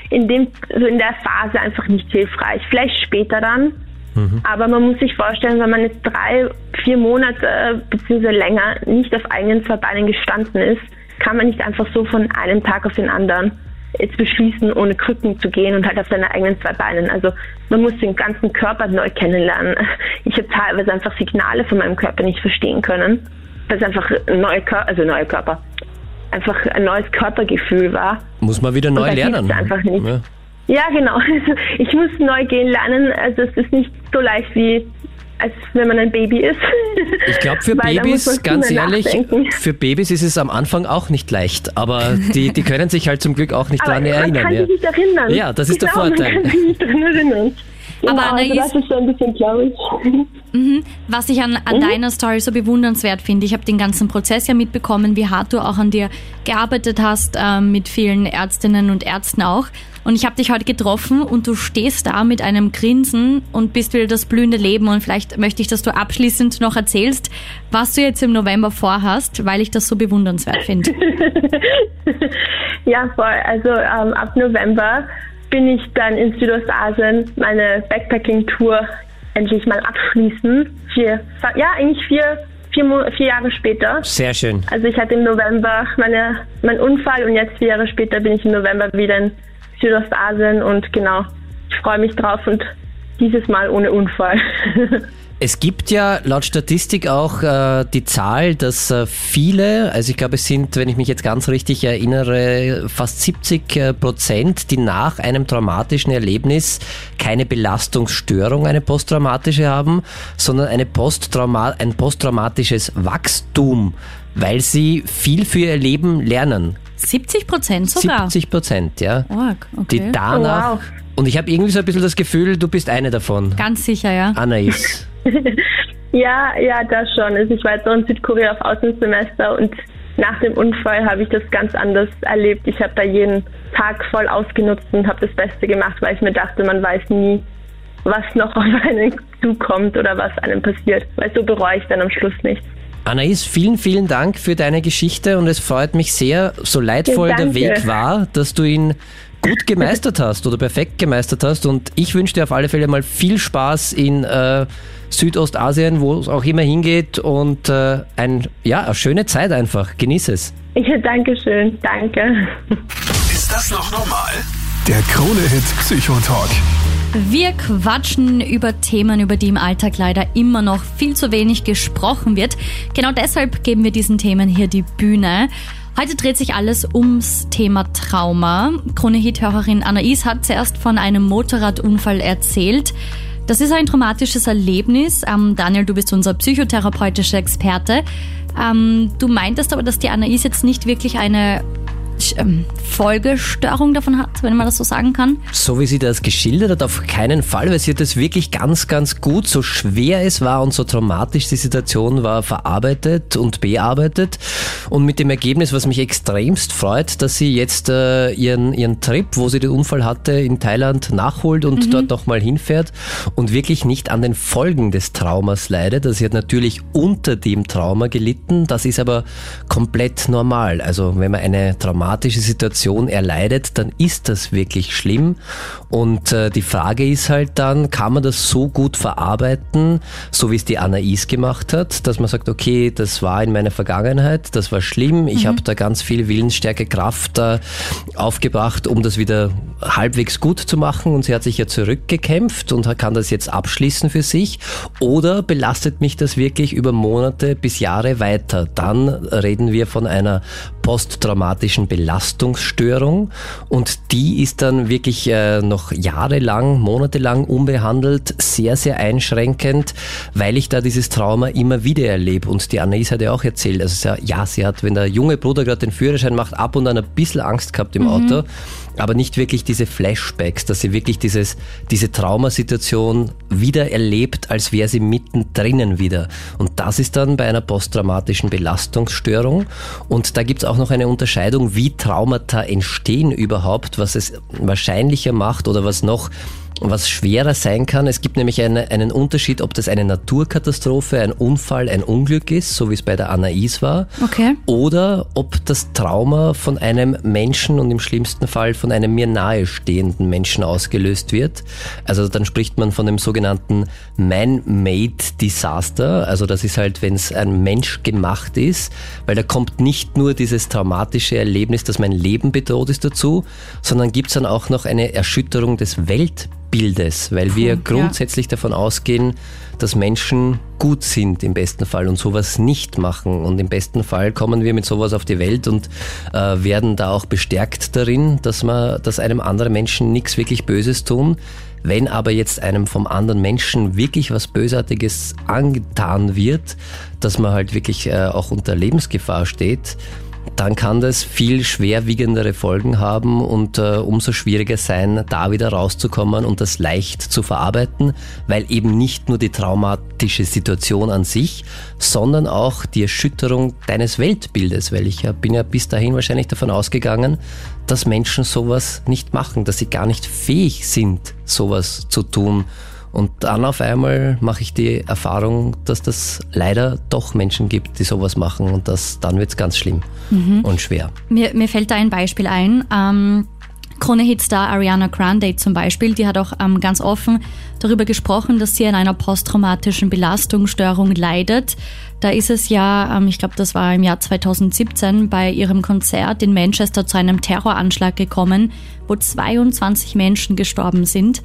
der Phase einfach nicht hilfreich. Vielleicht später dann, aber man muss sich vorstellen, wenn man jetzt 3-4 Monate bzw. länger nicht auf eigenen 2 Beinen gestanden ist, kann man nicht einfach so von einem Tag auf den anderen jetzt beschließen, ohne Krücken zu gehen und halt auf seine eigenen 2 Beinen. Also man muss den ganzen Körper neu kennenlernen. Ich habe teilweise einfach Signale von meinem Körper nicht verstehen können, weil es einfach einfach ein neues Körpergefühl war. Muss man wieder neu lernen. Einfach nicht. Ja, genau. Also ich muss neu gehen lernen. Also es ist nicht so leicht wie als wenn man ein Baby ist. Ich glaube, für Babys, ganz ehrlich, für Babys ist es am Anfang auch nicht leicht, aber die können sich halt zum Glück auch nicht daran erinnern. Man kann sich nicht erinnern. Ja, das ist der Vorteil. Man kann sich nicht daran erinnern. Aber ja, Anais, das ist so ein bisschen, glaube ich. Was ich an deiner Story so bewundernswert finde, ich habe den ganzen Prozess ja mitbekommen, wie hart du auch an dir gearbeitet hast, mit vielen Ärztinnen und Ärzten auch. Und ich habe dich heute getroffen und du stehst da mit einem Grinsen und bist wieder das blühende Leben. Und vielleicht möchte ich, dass du abschließend noch erzählst, was du jetzt im November vorhast, weil ich das so bewundernswert finde. Ja, voll. Also ab November bin ich dann in Südostasien meine Backpacking-Tour endlich mal abschließen. 4 Jahre später. Sehr schön. Also ich hatte im November meinen Unfall und jetzt 4 Jahre später bin ich im November wieder in Südostasien und genau, ich freue mich drauf und dieses Mal ohne Unfall. Es gibt ja laut Statistik auch die Zahl, dass viele, also ich glaube es sind, wenn ich mich jetzt ganz richtig erinnere, fast 70%, die nach einem traumatischen Erlebnis keine Belastungsstörung, eine posttraumatische haben, sondern ein posttraumatisches Wachstum, weil sie viel für ihr Leben lernen. 70% sogar? 70%, ja. Org, okay. Die danach... Wow. Und ich habe irgendwie so ein bisschen das Gefühl, du bist eine davon. Ganz sicher, ja. Anais. Ja, das schon. Also ich war jetzt noch in Südkorea auf Außensemester und nach dem Unfall habe ich das ganz anders erlebt. Ich habe da jeden Tag voll ausgenutzt und habe das Beste gemacht, weil ich mir dachte, man weiß nie, was noch auf einen zukommt oder was einem passiert. Weil so bereue ich dann am Schluss nichts. Anais, vielen, vielen Dank für deine Geschichte und es freut mich sehr, so leidvoll der Weg war, dass du ihn gut gemeistert hast oder perfekt gemeistert hast und ich wünsche dir auf alle Fälle mal viel Spaß in Südostasien, wo es auch immer hingeht und eine schöne Zeit einfach. Genieß es. Ja, danke schön. Danke. Ist das noch normal? Der Krone-Hit Psychotalk. Wir quatschen über Themen, über die im Alltag leider immer noch viel zu wenig gesprochen wird. Genau deshalb geben wir diesen Themen hier die Bühne. Heute dreht sich alles ums Thema Trauma. Krone-Hit-Hörerin Anais hat zuerst von einem Motorradunfall erzählt. Das ist ein traumatisches Erlebnis. Daniel, du bist unser psychotherapeutischer Experte. Du meintest aber, dass die Anais jetzt nicht wirklich eine Folgestörung davon hat, wenn man das so sagen kann? So wie sie das geschildert hat, auf keinen Fall, weil sie hat das wirklich ganz, ganz gut, so schwer es war und so traumatisch die Situation war, verarbeitet und bearbeitet. Und mit dem Ergebnis, was mich extremst freut, dass sie jetzt ihren Trip, wo sie den Unfall hatte, in Thailand nachholt und dort nochmal hinfährt und wirklich nicht an den Folgen des Traumas leidet. Also sie hat natürlich unter dem Trauma gelitten, das ist aber komplett normal. Also wenn man eine traumatische Situation erleidet, dann ist das wirklich schlimm. Und die Frage ist halt dann, kann man das so gut verarbeiten, so wie es die Anais gemacht hat, dass man sagt, okay, das war in meiner Vergangenheit, das war schlimm, ich habe da ganz viel Willensstärke, Kraft aufgebracht, um das wieder halbwegs gut zu machen und sie hat sich ja zurückgekämpft und kann das jetzt abschließen für sich, oder belastet mich das wirklich über Monate bis Jahre weiter? Dann reden wir von einer posttraumatischen Belastungsstörung und die ist dann wirklich noch jahrelang, monatelang unbehandelt, sehr, sehr einschränkend, weil ich da dieses Trauma immer wieder erlebe. Und die Anais hat ja auch erzählt, also sie hat, wenn der junge Bruder gerade den Führerschein macht, ab und an ein bisschen Angst gehabt im Auto, aber nicht wirklich diese Flashbacks, dass sie wirklich diese Traumasituation wieder erlebt, als wäre sie mittendrin wieder. Und das ist dann bei einer posttraumatischen Belastungsstörung. Und da gibt es auch noch eine Unterscheidung, wie Traumata entstehen überhaupt, was es wahrscheinlicher macht oder was schwerer sein kann. Es gibt nämlich einen Unterschied, ob das eine Naturkatastrophe, ein Unfall, ein Unglück ist, so wie es bei der Anais war, oder ob das Trauma von einem Menschen und im schlimmsten Fall von einem mir nahestehenden Menschen ausgelöst wird. Also dann spricht man von dem sogenannten Man-Made Disaster. Also das ist halt, wenn es ein Mensch gemacht ist, weil da kommt nicht nur dieses traumatische Erlebnis, dass mein Leben bedroht ist dazu, sondern gibt es dann auch noch eine Erschütterung des Weltbildes, weil wir grundsätzlich davon ausgehen, dass Menschen gut sind im besten Fall und sowas nicht machen. Und im besten Fall kommen wir mit sowas auf die Welt und werden da auch bestärkt darin, dass einem anderen Menschen nichts wirklich Böses tun. Wenn aber jetzt einem vom anderen Menschen wirklich was Bösartiges angetan wird, dass man halt wirklich auch unter Lebensgefahr steht, dann kann das viel schwerwiegendere Folgen haben und umso schwieriger sein, da wieder rauszukommen und das leicht zu verarbeiten, weil eben nicht nur die traumatische Situation an sich, sondern auch die Erschütterung deines Weltbildes, weil ich bin ja bis dahin wahrscheinlich davon ausgegangen, dass Menschen sowas nicht machen, dass sie gar nicht fähig sind, sowas zu tun. Und dann auf einmal mache ich die Erfahrung, dass das leider doch Menschen gibt, die sowas machen und dann wird es ganz schlimm und schwer. Mir fällt da ein Beispiel ein. Krone-Hitstar Ariana Grande zum Beispiel, die hat auch ganz offen darüber gesprochen, dass sie an einer posttraumatischen Belastungsstörung leidet. Da ist es ja, ich glaube, das war im Jahr 2017 bei ihrem Konzert in Manchester zu einem Terroranschlag gekommen, wo 22 Menschen gestorben sind.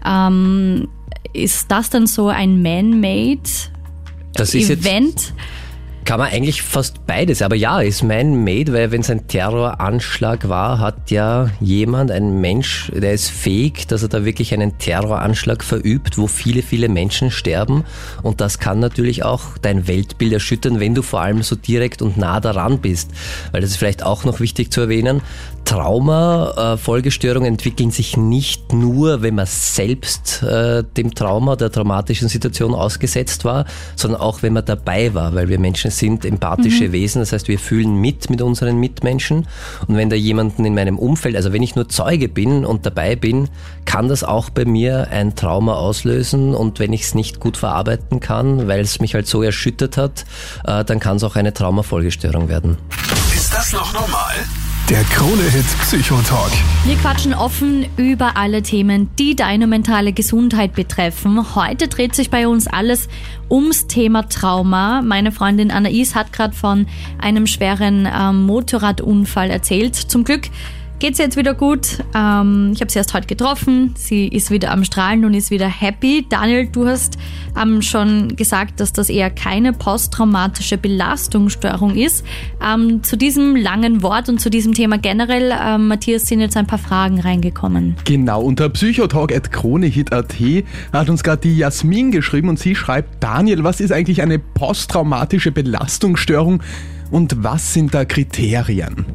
Ist das dann so ein Man-Made Event? Kann man eigentlich fast beides, aber ja, ist man-made, weil wenn es ein Terroranschlag war, hat ja ein Mensch, der ist fähig, dass er da wirklich einen Terroranschlag verübt, wo viele, viele Menschen sterben, und das kann natürlich auch dein Weltbild erschüttern, wenn du vor allem so direkt und nah daran bist, weil das ist vielleicht auch noch wichtig zu erwähnen. Folgestörungen entwickeln sich nicht nur, wenn man selbst dem Trauma, der traumatischen Situation ausgesetzt war, sondern auch, wenn man dabei war, weil wir Menschen sind empathische Wesen, das heißt, wir fühlen mit unseren Mitmenschen, und wenn da jemanden in meinem Umfeld, also wenn ich nur Zeuge bin und dabei bin, kann das auch bei mir ein Trauma auslösen, und wenn ich es nicht gut verarbeiten kann, weil es mich halt so erschüttert hat, dann kann es auch eine Traumafolgestörung werden. Ist das noch normal? Der Krone-Hit Psychotalk. Wir quatschen offen über alle Themen, die deine mentale Gesundheit betreffen. Heute dreht sich bei uns alles ums Thema Trauma. Meine Freundin Anais hat gerade von einem schweren Motorradunfall erzählt. Zum Glück geht's jetzt wieder gut. Ich habe sie erst heute getroffen. Sie ist wieder am Strahlen und ist wieder happy. Daniel, du hast schon gesagt, dass das eher keine posttraumatische Belastungsstörung ist. Zu diesem langen Wort und zu diesem Thema generell, Matthias, sind jetzt ein paar Fragen reingekommen. Genau, unter psychotalk@kronehit.at hat uns gerade die Jasmin geschrieben und sie schreibt: Daniel, was ist eigentlich eine posttraumatische Belastungsstörung und was sind da Kriterien?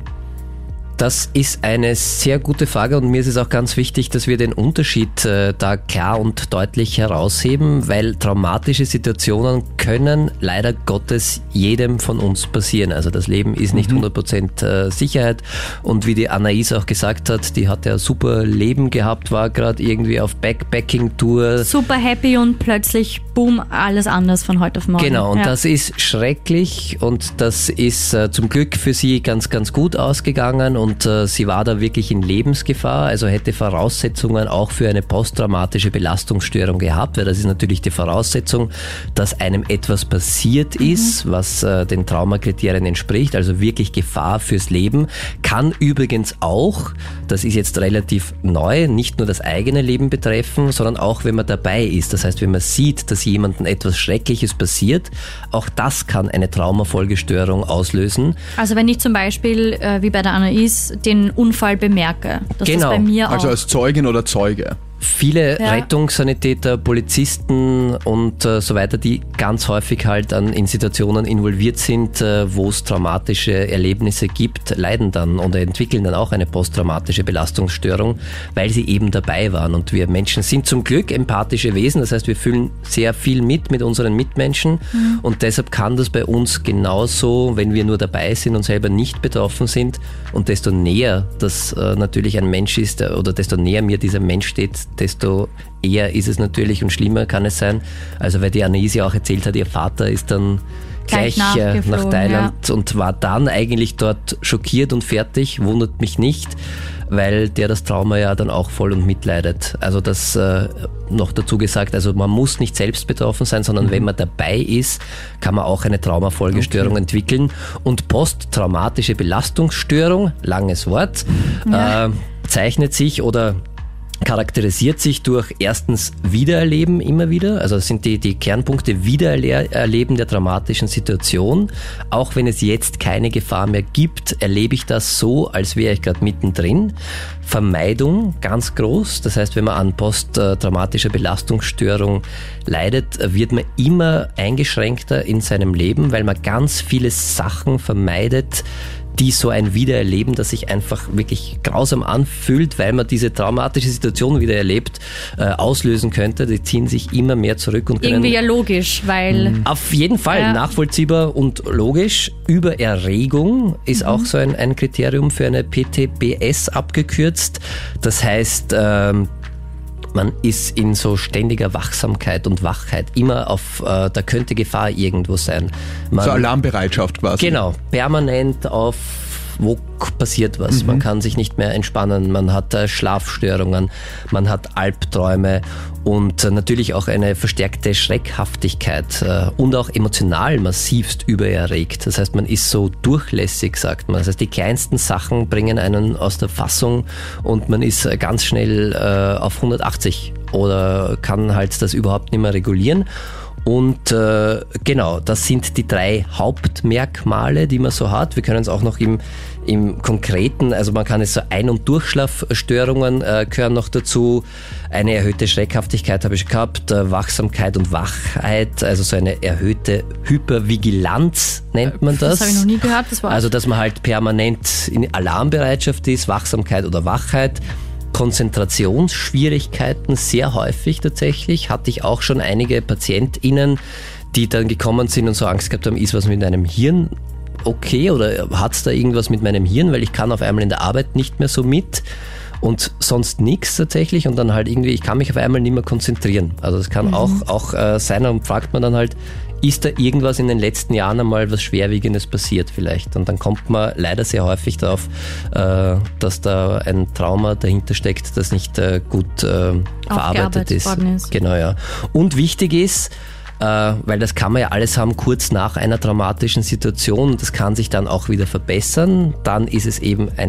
Das ist eine sehr gute Frage und mir ist es auch ganz wichtig, dass wir den Unterschied da klar und deutlich herausheben, weil traumatische Situationen können leider Gottes jedem von uns passieren. Also das Leben ist nicht 100% Sicherheit und wie die Anais auch gesagt hat, die hat ja super Leben gehabt, war gerade irgendwie auf Backpacking-Tour. Super happy und plötzlich, boom, alles anders von heute auf morgen. Genau, und das ist schrecklich und das ist zum Glück für sie ganz, ganz gut ausgegangen und sie war da wirklich in Lebensgefahr, also hätte Voraussetzungen auch für eine posttraumatische Belastungsstörung gehabt, weil das ist natürlich die Voraussetzung, dass einem etwas passiert ist, was den Traumakriterien entspricht, also wirklich Gefahr fürs Leben. Kann übrigens auch, das ist jetzt relativ neu, nicht nur das eigene Leben betreffen, sondern auch, wenn man dabei ist. Das heißt, wenn man sieht, dass jemandem etwas Schreckliches passiert, auch das kann eine Traumafolgestörung auslösen. Also wenn ich zum Beispiel, wie bei der Anais, den Unfall bemerke. Das ist bei mir auch. Also als Zeugin oder Zeuge. Viele Rettungssanitäter, Polizisten und so weiter, die ganz häufig halt in Situationen involviert sind, wo es traumatische Erlebnisse gibt, leiden dann oder entwickeln dann auch eine posttraumatische Belastungsstörung, weil sie eben dabei waren. Und wir Menschen sind zum Glück empathische Wesen, das heißt, wir fühlen sehr viel mit unseren Mitmenschen und deshalb kann das bei uns genauso, wenn wir nur dabei sind und selber nicht betroffen sind und desto näher das natürlich ein Mensch ist oder desto näher mir dieser Mensch steht, desto eher ist es natürlich und schlimmer kann es sein. Also weil die Anais ja auch erzählt hat, ihr Vater ist dann gleich nach Thailand und war dann eigentlich dort schockiert und fertig, wundert mich nicht, weil der das Trauma ja dann auch voll und mitleidet. Also das noch dazu gesagt, also man muss nicht selbst betroffen sein, sondern wenn man dabei ist, kann man auch eine Traumafolgestörung entwickeln. Und posttraumatische Belastungsstörung, langes Wort, zeichnet sich oder charakterisiert sich durch erstens Wiedererleben immer wieder, also das sind die Kernpunkte Wiedererleben der traumatischen Situation. Auch wenn es jetzt keine Gefahr mehr gibt, erlebe ich das so, als wäre ich gerade mittendrin. Vermeidung, ganz groß, das heißt, wenn man an posttraumatischer Belastungsstörung leidet, wird man immer eingeschränkter in seinem Leben, weil man ganz viele Sachen vermeidet, die so ein Wiedererleben, das sich einfach wirklich grausam anfühlt, weil man diese traumatische Situation wieder erlebt, auslösen könnte. Die ziehen sich immer mehr zurück. Und irgendwie ja logisch, weil... Auf jeden Fall nachvollziehbar und logisch. Übererregung ist auch so ein Kriterium für eine PTBS abgekürzt. Das heißt... man ist in so ständiger Wachsamkeit und Wachheit, immer auf, da könnte Gefahr irgendwo sein. So Alarmbereitschaft quasi. Genau, permanent auf, wo passiert was. Man kann sich nicht mehr entspannen, man hat Schlafstörungen, man hat Albträume und natürlich auch eine verstärkte Schreckhaftigkeit und auch emotional massivst übererregt. Das heißt, man ist so durchlässig, sagt man. Das heißt, die kleinsten Sachen bringen einen aus der Fassung und man ist ganz schnell auf 180 oder kann halt das überhaupt nicht mehr regulieren. Und genau, das sind die 3 Hauptmerkmale, die man so hat. Wir können es auch noch im Konkreten, also man kann es so Ein- und Durchschlafstörungen gehören noch dazu. Eine erhöhte Schreckhaftigkeit habe ich gehabt, Wachsamkeit und Wachheit, also so eine erhöhte Hypervigilanz nennt man das. Das habe ich noch nie gehört. Das war also dass man halt permanent in Alarmbereitschaft ist, Wachsamkeit oder Wachheit. Konzentrationsschwierigkeiten sehr häufig tatsächlich. Hatte ich auch schon einige PatientInnen, die dann gekommen sind und so Angst gehabt haben, ist was mit einem Hirn okay oder hat es da irgendwas mit meinem Hirn, weil ich kann auf einmal in der Arbeit nicht mehr so mit und sonst nichts tatsächlich und dann halt irgendwie, ich kann mich auf einmal nicht mehr konzentrieren. Also das kann auch sein und fragt man dann halt, ist da irgendwas in den letzten Jahren einmal was Schwerwiegendes passiert vielleicht? Und dann kommt man leider sehr häufig darauf, dass da ein Trauma dahinter steckt, das nicht gut verarbeitet ist. Genau, ja. Und wichtig ist, weil das kann man ja alles haben kurz nach einer traumatischen Situation, das kann sich dann auch wieder verbessern, dann ist es eben eine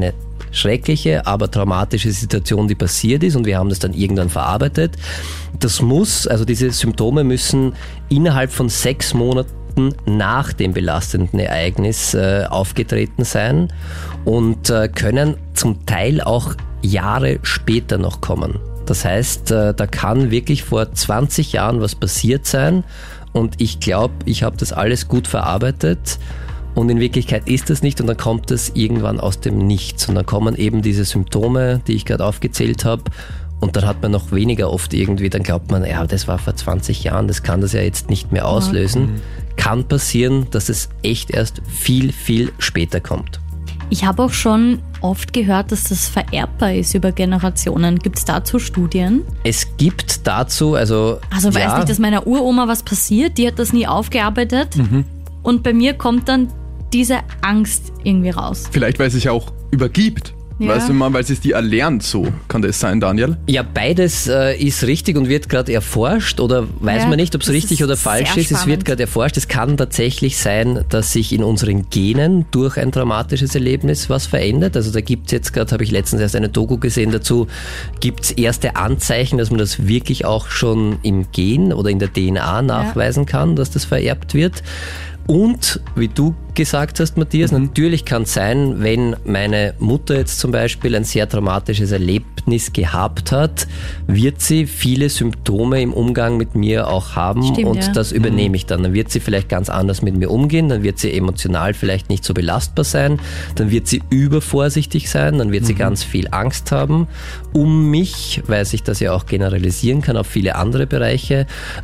schreckliche, aber traumatische Situation, die passiert ist und wir haben das dann irgendwann verarbeitet. Also diese Symptome müssen innerhalb von 6 Monaten nach dem belastenden Ereignis aufgetreten sein und können zum Teil auch Jahre später noch kommen. Das heißt, da kann wirklich vor 20 Jahren was passiert sein und ich glaube, ich habe das alles gut verarbeitet und in Wirklichkeit ist das nicht und dann kommt es irgendwann aus dem Nichts und dann kommen eben diese Symptome, die ich gerade aufgezählt habe und dann hat man noch weniger oft irgendwie, dann glaubt man, ja, das war vor 20 Jahren, das kann das ja jetzt nicht mehr auslösen. Kann passieren, dass es echt erst viel, viel später kommt. Ich habe auch schon oft gehört, dass das vererbbar ist über Generationen. Gibt es dazu Studien? Es gibt dazu, also weiß nicht, dass meiner Uroma was passiert, die hat das nie aufgearbeitet und bei mir kommt dann diese Angst irgendwie raus. Vielleicht, weil es sich auch übergibt. Ja. Weißt du mal, weil es die erlernt so. Kann das sein, Daniel? Ja, beides ist richtig und wird gerade erforscht oder weiß man nicht, ob es richtig oder falsch ist. Es wird gerade erforscht. Es kann tatsächlich sein, dass sich in unseren Genen durch ein traumatisches Erlebnis was verändert. Also da gibt es jetzt gerade, habe ich letztens erst eine Doku gesehen dazu, gibt es erste Anzeichen, dass man das wirklich auch schon im Gen oder in der DNA nachweisen kann, dass das vererbt wird. Und, wie du gesagt hast, Matthias, natürlich kann es sein, wenn meine Mutter jetzt zum Beispiel ein sehr traumatisches Erlebnis gehabt hat, wird sie viele Symptome im Umgang mit mir auch haben. Stimmt, und das übernehme ich dann. Dann wird sie vielleicht ganz anders mit mir umgehen, dann wird sie emotional vielleicht nicht so belastbar sein, dann wird sie übervorsichtig sein, dann wird sie ganz viel Angst haben um mich, weil sich das ja auch generalisieren kann auf viele andere Bereiche.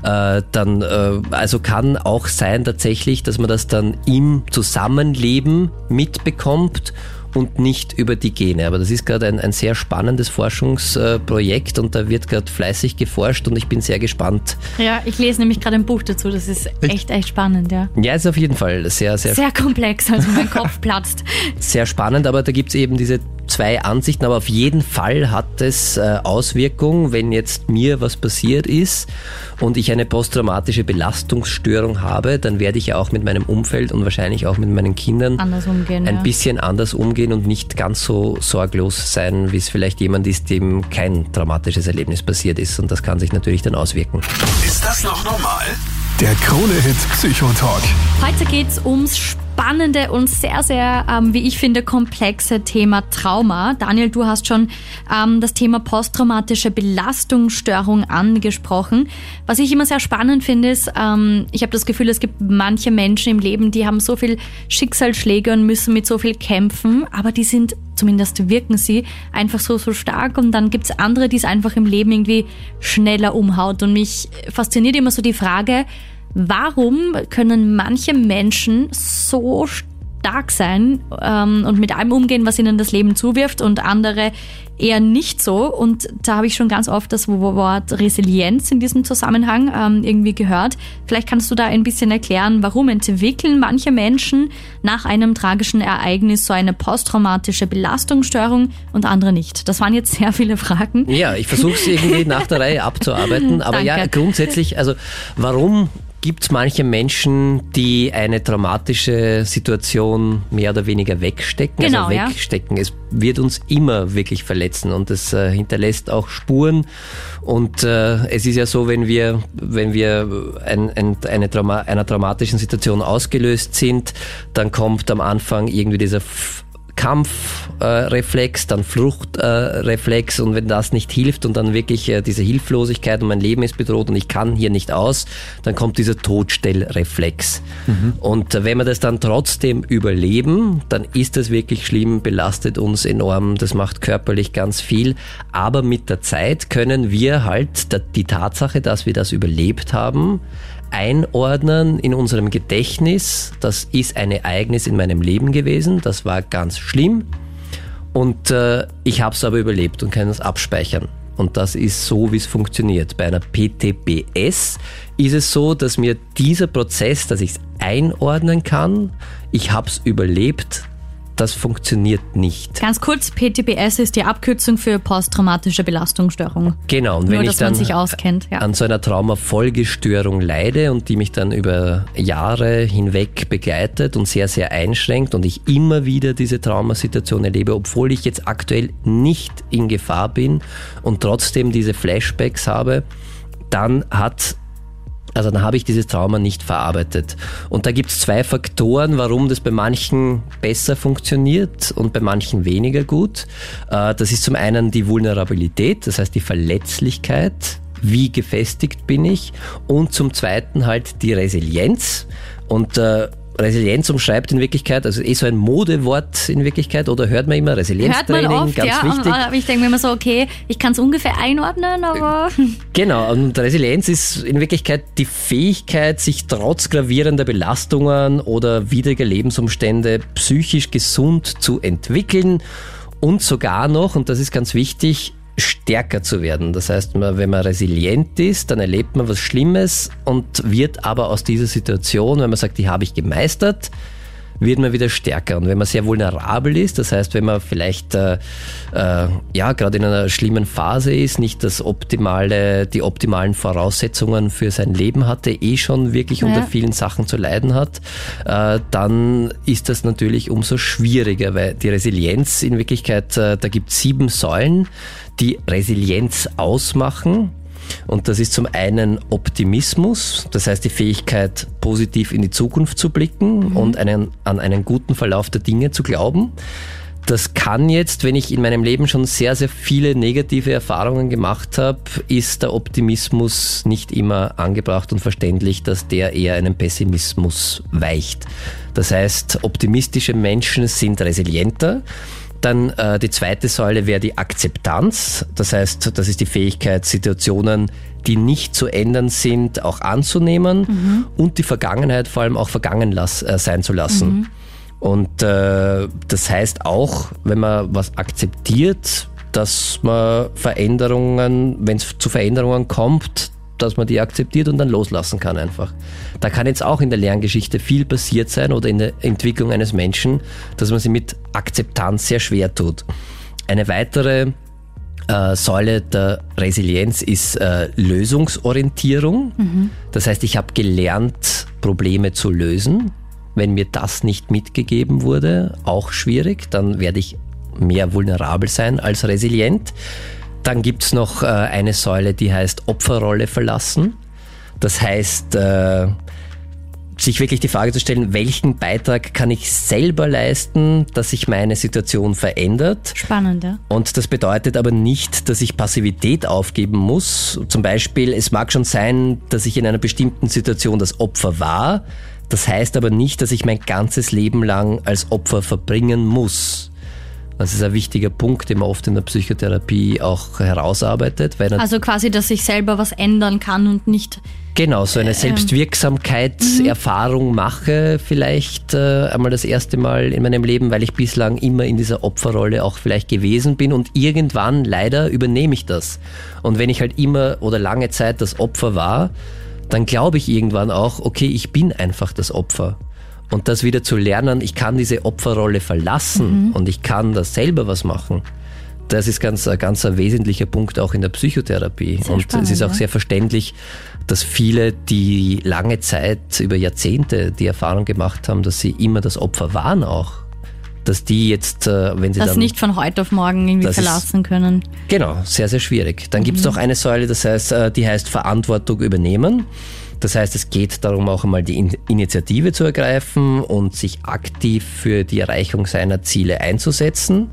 Also kann auch sein tatsächlich, dass man das dann im Zusammenleben mitbekommt und nicht über die Gene. Aber das ist gerade ein sehr spannendes Forschungsprojekt und da wird gerade fleißig geforscht und ich bin sehr gespannt. Ja, ich lese nämlich gerade ein Buch dazu, das ist echt spannend, ja. Ja, ist auf jeden Fall sehr komplex, also mein Kopf platzt. Sehr spannend, aber da gibt es eben diese 2 Ansichten, aber auf jeden Fall hat es Auswirkungen, wenn jetzt mir was passiert ist und ich eine posttraumatische Belastungsstörung habe, dann werde ich ja auch mit meinem Umfeld und wahrscheinlich auch mit meinen Kindern anders umgehen, ein bisschen anders umgehen und nicht ganz so sorglos sein, wie es vielleicht jemand ist, dem kein traumatisches Erlebnis passiert ist und das kann sich natürlich dann auswirken. Ist das noch normal? Der Krone-Hit Psychotalk. Heute geht es ums spannende und sehr, sehr, wie ich finde, komplexe Thema Trauma. Daniel, du hast schon das Thema posttraumatische Belastungsstörung angesprochen. Was ich immer sehr spannend finde, ist, ich habe das Gefühl, es gibt manche Menschen im Leben, die haben so viel Schicksalsschläge und müssen mit so viel kämpfen, aber die sind, zumindest wirken sie, einfach so stark und dann gibt es andere, die es einfach im Leben irgendwie schneller umhaut und mich fasziniert immer so die Frage, warum können manche Menschen so stark sein und mit allem umgehen, was ihnen das Leben zuwirft und andere eher nicht so? Und da habe ich schon ganz oft das Wort Resilienz in diesem Zusammenhang irgendwie gehört. Vielleicht kannst du da ein bisschen erklären, warum entwickeln manche Menschen nach einem tragischen Ereignis so eine posttraumatische Belastungsstörung und andere nicht? Das waren jetzt sehr viele Fragen. Ja, ich versuche es irgendwie nach der Reihe abzuarbeiten. Aber Danke. Ja, grundsätzlich, also warum gibt es manche Menschen, die eine traumatische Situation mehr oder weniger wegstecken? Genau, also wegstecken. Ja. Es wird uns immer wirklich verletzen und es hinterlässt auch Spuren. Und es ist ja so, wenn wir einer traumatischen Situation ausgelöst sind, dann kommt am Anfang irgendwie dieser Kampfreflex, dann Fluchtreflex und wenn das nicht hilft und dann wirklich diese Hilflosigkeit und mein Leben ist bedroht und ich kann hier nicht aus, dann kommt dieser Todstellreflex. Und wenn wir das dann trotzdem überleben, dann ist das wirklich schlimm, belastet uns enorm, das macht körperlich ganz viel, aber mit der Zeit können wir halt die Tatsache, dass wir das überlebt haben, einordnen in unserem Gedächtnis, das ist ein Ereignis in meinem Leben gewesen, das war ganz schlimm und ich habe es aber überlebt und kann es abspeichern. Und das ist so, wie es funktioniert. Bei einer PTBS ist es so, dass mir dieser Prozess, dass ich es einordnen kann, ich habe es überlebt, das funktioniert nicht. Ganz kurz, PTBS ist die Abkürzung für posttraumatische Belastungsstörung. Genau, und nur, wenn ich dass dann man sich auskennt, an so einer Traumafolgestörung leide und die mich dann über Jahre hinweg begleitet und sehr, sehr einschränkt und ich immer wieder diese Traumasituation erlebe, obwohl ich jetzt aktuell nicht in Gefahr bin und trotzdem diese Flashbacks habe, dann habe ich dieses Trauma nicht verarbeitet. Und da gibt es 2 Faktoren, warum das bei manchen besser funktioniert und bei manchen weniger gut. Das ist zum einen die Vulnerabilität, das heißt die Verletzlichkeit, wie gefestigt bin ich, und zum zweiten halt die Resilienz. Und Resilienz umschreibt in Wirklichkeit, also so ein Modewort in Wirklichkeit, oder hört man immer Resilienztraining, hört man oft, ganz ja, wichtig. Aber ich denke mir immer so, okay, ich kann es ungefähr einordnen, aber... Genau, und Resilienz ist in Wirklichkeit die Fähigkeit, sich trotz gravierender Belastungen oder widriger Lebensumstände psychisch gesund zu entwickeln und sogar noch, und das ist ganz wichtig, stärker zu werden. Das heißt, wenn man resilient ist, dann erlebt man was Schlimmes und wird aber aus dieser Situation, wenn man sagt, die habe ich gemeistert, wird man wieder stärker. Und wenn man sehr vulnerabel ist, das heißt, wenn man vielleicht gerade in einer schlimmen Phase ist, nicht die optimalen Voraussetzungen für sein Leben hatte, schon wirklich unter vielen Sachen zu leiden hat, dann ist das natürlich umso schwieriger, weil die Resilienz in Wirklichkeit, da gibt es 7 Säulen, die Resilienz ausmachen. Und das ist zum einen Optimismus, das heißt die Fähigkeit, positiv in die Zukunft zu blicken und an einen guten Verlauf der Dinge zu glauben. Das kann jetzt, wenn ich in meinem Leben schon sehr, sehr viele negative Erfahrungen gemacht habe, ist der Optimismus nicht immer angebracht und verständlich, dass der eher einem Pessimismus weicht. Das heißt, optimistische Menschen sind resilienter. Dann die zweite Säule wäre die Akzeptanz. Das heißt, das ist die Fähigkeit, Situationen, die nicht zu ändern sind, auch anzunehmen und die Vergangenheit vor allem auch vergangen sein zu lassen. Und das heißt auch, wenn man was akzeptiert, dass man Veränderungen, wenn es zu Veränderungen kommt, dass man die akzeptiert und dann loslassen kann einfach. Da kann jetzt auch in der Lerngeschichte viel passiert sein oder in der Entwicklung eines Menschen, dass man sich mit Akzeptanz sehr schwer tut. Eine weitere Säule der Resilienz ist Lösungsorientierung. Das heißt, ich habe gelernt, Probleme zu lösen. Wenn mir das nicht mitgegeben wurde, auch schwierig, dann werde ich mehr vulnerabel sein als resilient. Dann gibt's noch eine Säule, die heißt Opferrolle verlassen. Das heißt, sich wirklich die Frage zu stellen, welchen Beitrag kann ich selber leisten, dass sich meine Situation verändert. Spannend, ja. Und das bedeutet aber nicht, dass ich Passivität aufgeben muss. Zum Beispiel, es mag schon sein, dass ich in einer bestimmten Situation das Opfer war. Das heißt aber nicht, dass ich mein ganzes Leben lang als Opfer verbringen muss. Das ist ein wichtiger Punkt, den man oft in der Psychotherapie auch herausarbeitet. Also quasi, dass ich selber was ändern kann und nicht... Genau, so eine Selbstwirksamkeitserfahrung mache vielleicht einmal das erste Mal in meinem Leben, weil ich bislang immer in dieser Opferrolle auch vielleicht gewesen bin und irgendwann leider übernehme ich das. Und wenn ich halt immer oder lange Zeit das Opfer war, dann glaube ich irgendwann auch, okay, ich bin einfach das Opfer. Und das wieder zu lernen, ich kann diese Opferrolle verlassen und ich kann da selber was machen. Das ist ganz ein wesentlicher Punkt auch in der Psychotherapie. Sehr und spannend, es ist auch sehr verständlich, dass viele, die lange Zeit, über Jahrzehnte die Erfahrung gemacht haben, dass sie immer das Opfer waren auch, dass die jetzt, wenn sie das nicht von heute auf morgen irgendwie verlassen können. Genau, sehr, sehr schwierig. Dann gibt es noch eine Säule, die heißt Verantwortung übernehmen. Das heißt, es geht darum, auch einmal die Initiative zu ergreifen und sich aktiv für die Erreichung seiner Ziele einzusetzen.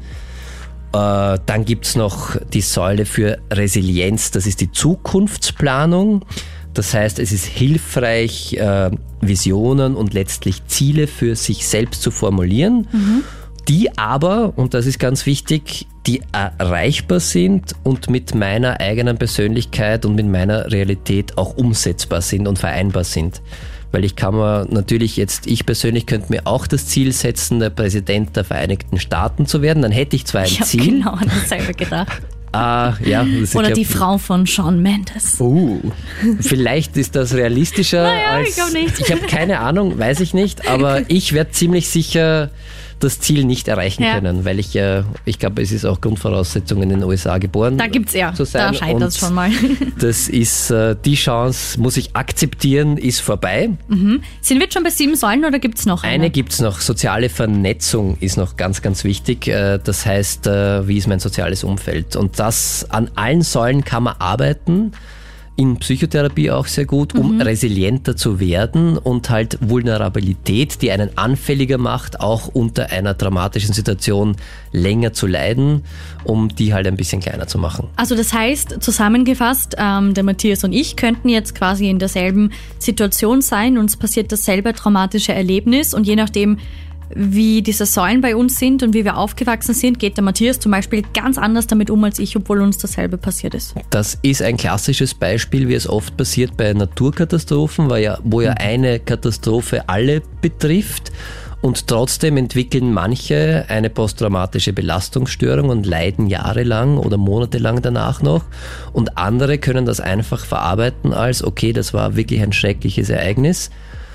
Dann gibt's noch die Säule für Resilienz, das ist die Zukunftsplanung. Das heißt, es ist hilfreich, Visionen und letztlich Ziele für sich selbst zu formulieren, die aber, und das ist ganz wichtig, die erreichbar sind und mit meiner eigenen Persönlichkeit und mit meiner Realität auch umsetzbar sind und vereinbar sind. Weil ich persönlich könnte mir auch das Ziel setzen, der Präsident der Vereinigten Staaten zu werden. Dann hätte ich zwar ein Ziel. Ich habe genau dasselbe gedacht. Oder die Frau von Shawn Mendes. Vielleicht ist das realistischer. Ich glaube nicht. Ich habe keine Ahnung, weiß ich nicht, aber ich werde ziemlich sicher das Ziel nicht erreichen können, weil ich glaube, es ist auch Grundvoraussetzung in den USA geboren da gibt's zu sein. Da scheitert es schon mal. Das ist, die Chance, muss ich akzeptieren, ist vorbei. Sind wir schon bei 7 Säulen oder gibt es noch eine? Eine gibt es noch. Soziale Vernetzung ist noch ganz, ganz wichtig. Das heißt, wie ist mein soziales Umfeld? Und das an allen Säulen kann man arbeiten. In Psychotherapie auch sehr gut, um resilienter zu werden und halt Vulnerabilität, die einen anfälliger macht, auch unter einer dramatischen Situation länger zu leiden, um die halt ein bisschen kleiner zu machen. Also das heißt, zusammengefasst, der Matthias und ich könnten jetzt quasi in derselben Situation sein, uns passiert dasselbe traumatische Erlebnis und je nachdem, wie diese Säulen bei uns sind und wie wir aufgewachsen sind, geht der Matthias zum Beispiel ganz anders damit um als ich, obwohl uns dasselbe passiert ist. Das ist ein klassisches Beispiel, wie es oft passiert bei Naturkatastrophen, wo ja eine Katastrophe alle betrifft. Und trotzdem entwickeln manche eine posttraumatische Belastungsstörung und leiden jahrelang oder monatelang danach noch. Und andere können das einfach verarbeiten als, okay, das war wirklich ein schreckliches Ereignis.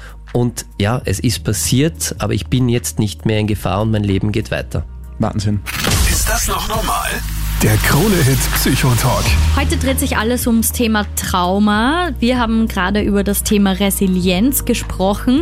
Und ja, es ist passiert, aber ich bin jetzt nicht mehr in Gefahr und mein Leben geht weiter. Wahnsinn. Ist das noch normal? Der Krone-Hit Psychotalk. Heute dreht sich alles ums Thema Trauma. Wir haben gerade über das Thema Resilienz gesprochen.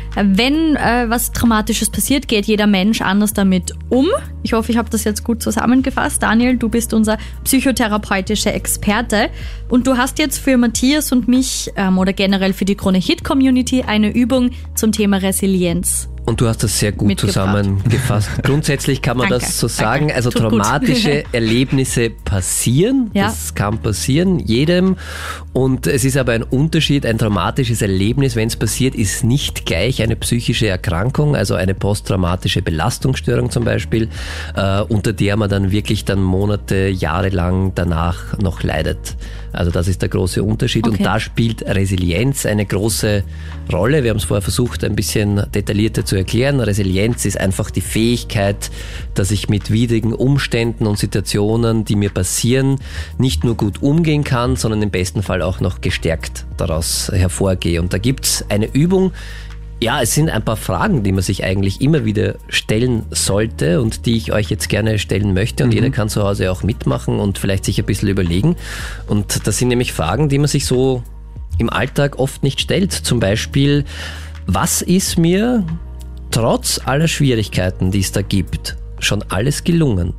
Wenn was Traumatisches passiert, geht jeder Mensch anders damit um. Ich hoffe, ich habe das jetzt gut zusammengefasst. Daniel, du bist unser psychotherapeutischer Experte und du hast jetzt für Matthias und mich oder generell für die Krone-Hit-Community eine Übung zum Thema Resilienz. Und du hast das sehr gut zusammengefasst. Grundsätzlich kann man das so sagen. Also traumatische Erlebnisse passieren. Ja. Das kann passieren, jedem. Und es ist aber ein Unterschied. Ein traumatisches Erlebnis, wenn es passiert, ist nicht gleich eine psychische Erkrankung, also eine posttraumatische Belastungsstörung zum Beispiel, unter der man dann wirklich dann Monate, Jahre lang danach noch leidet. Also das ist der große Unterschied. Okay. Und da spielt Resilienz eine große Rolle. Wir haben es vorher versucht, ein bisschen detaillierter zu erklären. Resilienz ist einfach die Fähigkeit, dass ich mit widrigen Umständen und Situationen, die mir passieren, nicht nur gut umgehen kann, sondern im besten Fall auch noch gestärkt daraus hervorgehe. Und da gibt's eine Übung. Ja, es sind ein paar Fragen, die man sich eigentlich immer wieder stellen sollte und die ich euch jetzt gerne stellen möchte. Und jeder kann zu Hause auch mitmachen und vielleicht sich ein bisschen überlegen. Und das sind nämlich Fragen, die man sich so im Alltag oft nicht stellt. Zum Beispiel, was ist mir trotz aller Schwierigkeiten, die es da gibt, schon alles gelungen?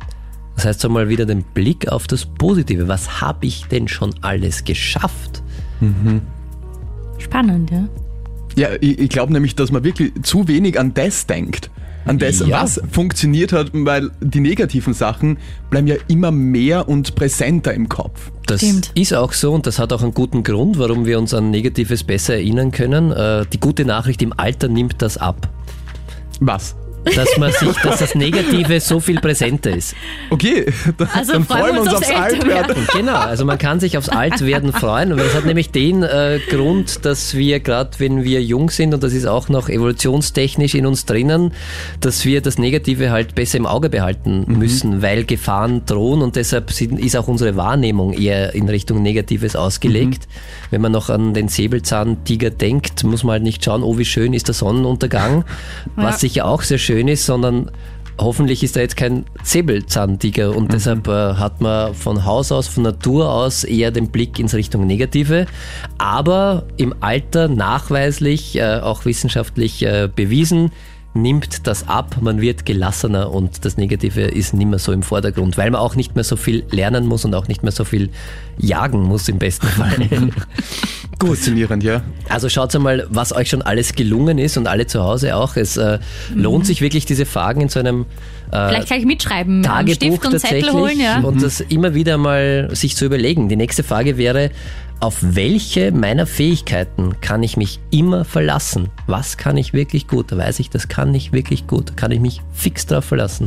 Das heißt einmal wieder den Blick auf das Positive. Was habe ich denn schon alles geschafft? Spannend, ja. Ja, ich glaube nämlich, dass man wirklich zu wenig an das denkt. An das, was funktioniert hat, weil die negativen Sachen bleiben ja immer mehr und präsenter im Kopf. Das ist auch so und das hat auch einen guten Grund, warum wir uns an Negatives besser erinnern können. Die gute Nachricht, im Alter nimmt das ab. Was? Dass das Negative so viel präsenter ist. Okay, dann freuen wir uns aufs Altwerden. Genau, also man kann sich aufs Altwerden freuen. Und das hat nämlich den Grund, dass wir gerade, wenn wir jung sind, und das ist auch noch evolutionstechnisch in uns drinnen, dass wir das Negative halt besser im Auge behalten müssen, weil Gefahren drohen und deshalb ist auch unsere Wahrnehmung eher in Richtung Negatives ausgelegt. Wenn man noch an den Säbelzahntiger denkt, muss man halt nicht schauen, oh wie schön ist der Sonnenuntergang, was sicher auch sehr schön ist, sondern hoffentlich ist da jetzt kein Säbelzahntiger und deshalb hat man von Haus aus, von Natur aus eher den Blick ins Richtung Negative, aber im Alter nachweislich, auch wissenschaftlich bewiesen, nimmt das ab, man wird gelassener und das Negative ist nicht mehr so im Vordergrund, weil man auch nicht mehr so viel lernen muss und auch nicht mehr so viel jagen muss im besten Fall. Gut. Faszinierend, ja. Also schaut einmal, was euch schon alles gelungen ist und alle zu Hause auch. Es lohnt sich wirklich, diese Fragen in so einem vielleicht gleich mitschreiben, Tagebuch Stift und Zettel holen, ja. Und das immer wieder mal sich zu überlegen. Die nächste Frage wäre, auf welche meiner Fähigkeiten kann ich mich immer verlassen? Was kann ich wirklich gut? Da weiß ich, das kann ich wirklich gut. Da kann ich mich fix drauf verlassen.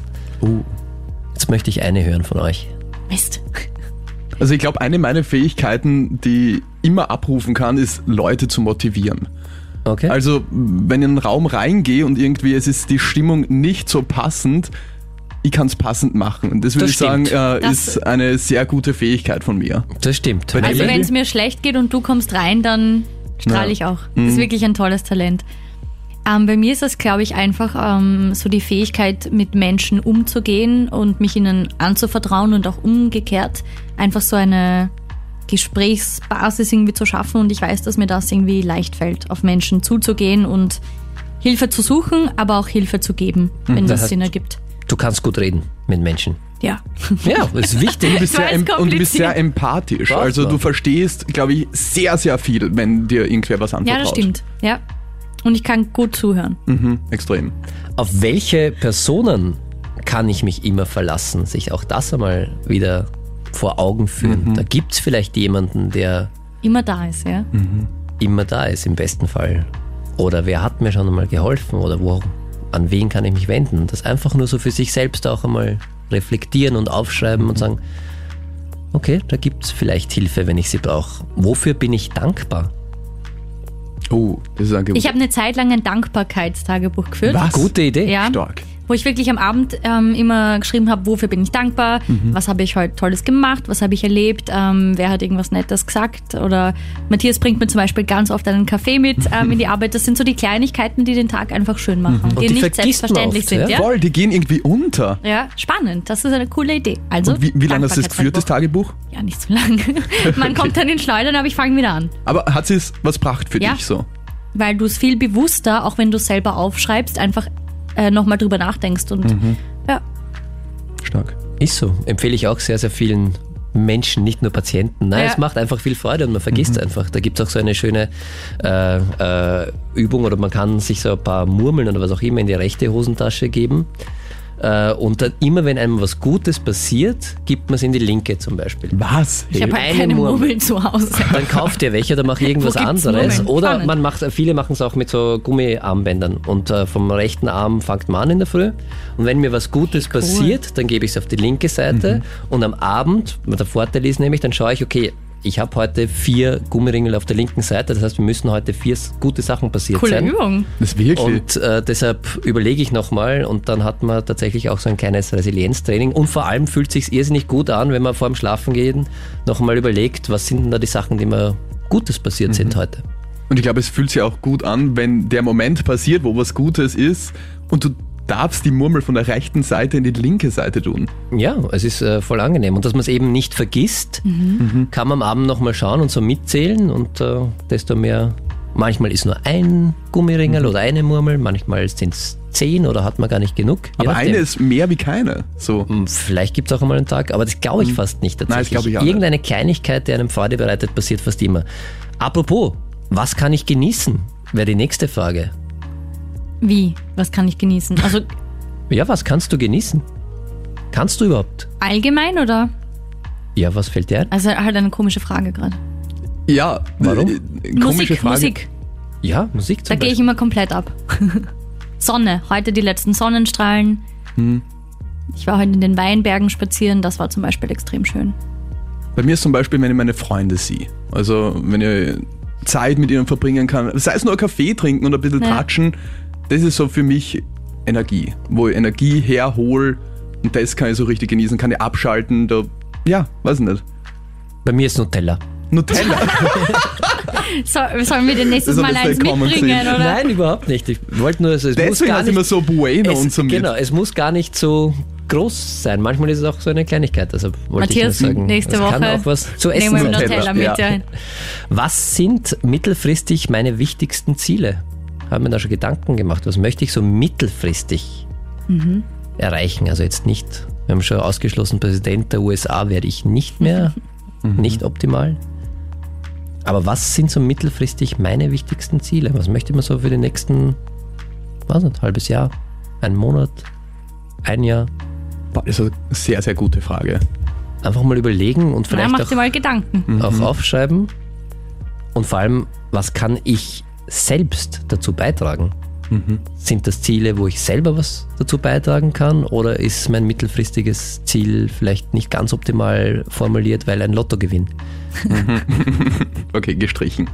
Jetzt möchte ich eine hören von euch. Mist. Also ich glaube, eine meiner Fähigkeiten, die ich immer abrufen kann, ist, Leute zu motivieren. Okay. Also wenn ich in einen Raum reingehe und irgendwie es ist die Stimmung nicht so passend, ich kann es passend machen. Und das würde ich sagen, ist eine sehr gute Fähigkeit von mir. Das stimmt. Also wenn es mir schlecht geht und du kommst rein, dann strahle ich auch. Das ist wirklich ein tolles Talent. Bei mir ist das, glaube ich, einfach so die Fähigkeit, mit Menschen umzugehen und mich ihnen anzuvertrauen und auch umgekehrt einfach so eine Gesprächsbasis irgendwie zu schaffen. Und ich weiß, dass mir das irgendwie leicht fällt, auf Menschen zuzugehen und Hilfe zu suchen, aber auch Hilfe zu geben, wenn das Sinn ergibt. Du kannst gut reden mit Menschen. Ja. Ja, das ist wichtig. Und du bist sehr empathisch. Braucht also man. du verstehst, glaube ich, sehr, sehr viel, wenn dir irgendwer was anvertraut. Ja, das stimmt. Ja. Und ich kann gut zuhören. Extrem. Auf welche Personen kann ich mich immer verlassen? Sich auch das einmal wieder vor Augen führen. Da gibt es vielleicht jemanden, der Immer da ist, ja. immer da ist, im besten Fall. Oder wer hat mir schon einmal geholfen? Oder an wen kann ich mich wenden? Das einfach nur so für sich selbst auch einmal reflektieren und aufschreiben und sagen, okay, da gibt es vielleicht Hilfe, wenn ich sie brauche. Wofür bin ich dankbar? Oh, das ist ein Ich habe eine Zeit lang ein Dankbarkeitstagebuch geführt. Was? Gute Idee. Ja. Stark. Wo ich wirklich am Abend immer geschrieben habe, wofür bin ich dankbar, was habe ich heute Tolles gemacht, was habe ich erlebt, wer hat irgendwas Nettes gesagt oder Matthias bringt mir zum Beispiel ganz oft einen Kaffee mit in die Arbeit. Das sind so die Kleinigkeiten, die den Tag einfach schön machen, Und die die nicht vergisst man selbstverständlich oft, sind. Ja? Voll, die gehen irgendwie unter. Ja, spannend. Das ist eine coole Idee. Also, Und wie lange hast du das geführt, das Tagebuch? Ja, nicht so lang. Man kommt dann in Schleudern, aber ich fange wieder an. Aber hat es was gebracht für Ja. dich so? Weil du es viel bewusster, auch wenn du es selber aufschreibst, einfach nochmal drüber nachdenkst und ja. Stark. Ist so. Empfehle ich auch sehr, sehr vielen Menschen, nicht nur Patienten. Nein, Ja. es macht einfach viel Freude und man vergisst einfach. Da gibt es auch so eine schöne Übung oder man kann sich so ein paar Murmeln oder was auch immer in die rechte Hosentasche geben. Und dann immer, wenn einem was Gutes passiert, gibt man es in die linke zum Beispiel. Was? Ich habe Eine halt keine Murmel. Murmeln zu Hause. Dann kauft ihr welche oder macht irgendwas Wo gibt's anderes. Murmeln? Oder Spannend. viele machen es auch mit so Gummiarmbändern. Und vom rechten Arm fängt man an in der Früh. Und wenn mir was Gutes passiert, dann gebe ich es auf die linke Seite. Und am Abend, der Vorteil ist nämlich, dann schaue ich, okay, ich habe heute 4 Gummiringel auf der linken Seite. Das heißt, wir müssen heute 4 gute Sachen passiert Coole sein. Übung. Das ist wirklich. Und deshalb überlege ich nochmal und dann hat man tatsächlich auch so ein kleines Resilienztraining und vor allem fühlt es sich irrsinnig gut an, wenn man vor dem Schlafengehen nochmal überlegt, was sind denn da die Sachen, die mir Gutes passiert sind heute. Und ich glaube, es fühlt sich auch gut an, wenn der Moment passiert, wo was Gutes ist und du darfst die Murmel von der rechten Seite in die linke Seite tun. Ja, es ist voll angenehm. Und dass man es eben nicht vergisst, kann man am Abend nochmal schauen und so mitzählen und desto mehr, manchmal ist nur ein Gummiringel oder eine Murmel, manchmal sind es 10 oder hat man gar nicht genug. Je Aber nachdem. eine ist mehr wie keine. So. Vielleicht gibt es auch einmal einen Tag, aber das glaube ich fast nicht tatsächlich. Nein, das glaube ich auch nicht. Irgendeine Kleinigkeit, die einem Freude bereitet, passiert fast immer. Apropos, was kann ich genießen? Wäre die nächste Frage. Wie? Was kann ich genießen? Also Ja, was kannst du genießen? Kannst du überhaupt? allgemein oder? Ja, was fällt dir ein? Also halt eine komische Frage gerade. Ja, Warum? Komische Frage. Musik. Ja, Musik Da zum gehe ich Beispiel. immer komplett ab. Sonne. Heute die letzten Sonnenstrahlen. Ich war heute in den Weinbergen spazieren. Das war zum Beispiel extrem schön. Bei mir ist zum Beispiel, wenn ich meine Freunde sehe. Also wenn ich Zeit mit ihnen verbringen kann, sei es nur Kaffee trinken und ein bisschen Ja. tratschen, das ist so für mich Energie, wo ich Energie herhole und das kann ich so richtig genießen, kann ich abschalten, da, ja, weiß ich nicht. Bei mir ist Nutella. Nutella. Sollen wir den nächstes Das Mal ist eins ein Common mitbringen, Sense. oder? Nein, überhaupt nicht. Ich wollte nur, es muss Deswegen gar hat nicht, immer so Bueno und so mit. Genau, es muss gar nicht so groß sein. Manchmal ist es auch so eine Kleinigkeit. Deshalb wollte Matthias, ich nur sagen, nächste es kann Woche auch was zu essen nehmen wir sein. Nutella mit. Ja. Ja. Was sind mittelfristig meine wichtigsten Ziele? Haben wir da schon Gedanken gemacht? Was möchte ich so mittelfristig erreichen? Also jetzt nicht, wir haben schon ausgeschlossen, Präsident der USA werde ich nicht mehr, nicht optimal. Aber was sind so mittelfristig meine wichtigsten Ziele? Was möchte man so für die nächsten, was nicht, halbes Jahr, einen Monat, ein Jahr? Boah, das ist eine sehr, sehr gute Frage. Einfach mal überlegen und Na, vielleicht mach dir mal Gedanken. auch aufschreiben. Und vor allem, was kann ich selbst dazu beitragen? Sind das Ziele, wo ich selber was dazu beitragen kann? Oder ist mein mittelfristiges Ziel vielleicht nicht ganz optimal formuliert, weil ein Lottogewinn? Okay, gestrichen.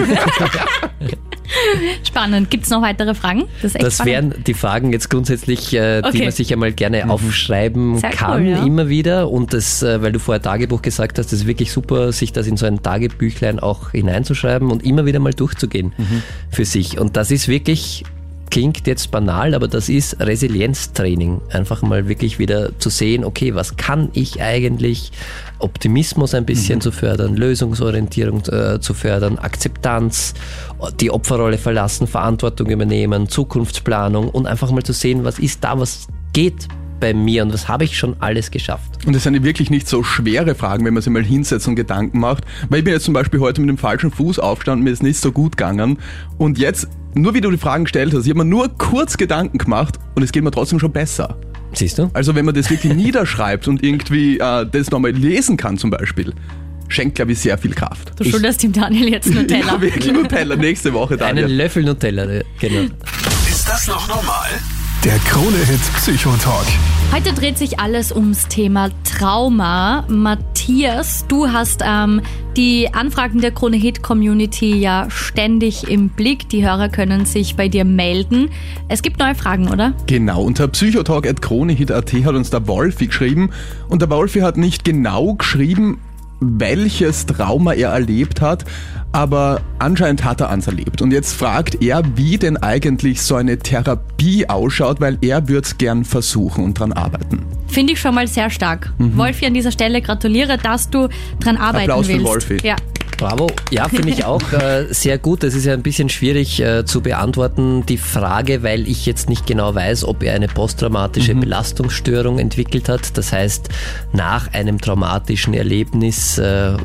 Spannend. Gibt es noch weitere Fragen? Das ist echt Das spannend. wären die Fragen jetzt grundsätzlich, die Okay. man sich einmal gerne aufschreiben Sehr kann, cool, ja. immer wieder. Und das, weil du vorher Tagebuch gesagt hast, das ist wirklich super, sich das in so ein Tagebüchlein auch hineinzuschreiben und immer wieder mal durchzugehen für sich. Und das ist wirklich klingt jetzt banal, aber das ist Resilienztraining. Einfach mal wirklich wieder zu sehen, okay, was kann ich eigentlich? Optimismus ein bisschen zu fördern, Lösungsorientierung zu fördern, Akzeptanz, die Opferrolle verlassen, Verantwortung übernehmen, Zukunftsplanung und einfach mal zu sehen, was ist da, was geht bei mir und was habe ich schon alles geschafft. Und das sind wirklich nicht so schwere Fragen, wenn man sich mal hinsetzt und Gedanken macht. Weil ich bin jetzt zum Beispiel heute mit dem falschen Fuß aufgestanden, mir ist nicht so gut gegangen. Und jetzt, nur wie du die Fragen gestellt hast, ich habe mir nur kurz Gedanken gemacht und es geht mir trotzdem schon besser. Siehst du? Also wenn man das wirklich niederschreibt und irgendwie das nochmal lesen kann zum Beispiel, schenkt, glaube ich, sehr viel Kraft. Du schuldest dem Daniel jetzt Nutella. Ja, wirklich Nutella, nächste Woche, Daniel. Einen Löffel Nutella, genau. Ist das noch normal? Der Krone-Hit Psychotalk. Heute dreht sich alles ums Thema Trauma. Matthias, du hast die Anfragen der Krone-Hit-Community ja ständig im Blick. Die Hörer können sich bei dir melden. Es gibt neue Fragen, oder? Genau, unter psychotalk@kronehit.at hat uns der Wolfi geschrieben. Und der Wolfi hat nicht genau geschrieben, welches Trauma er erlebt hat, aber anscheinend hat er eins erlebt. Und jetzt fragt er, wie denn eigentlich so eine Therapie ausschaut, weil er würde es gern versuchen und dran arbeiten. Finde ich schon mal sehr stark. Wolfi, an dieser Stelle gratuliere, dass du dran arbeiten Applaus willst. für Wolfi. Ja. Bravo. Ja, finde ich auch sehr gut. Das ist ja ein bisschen schwierig zu beantworten, die Frage, weil ich jetzt nicht genau weiß, ob er eine posttraumatische Belastungsstörung entwickelt hat. Das heißt, nach einem traumatischen Erlebnis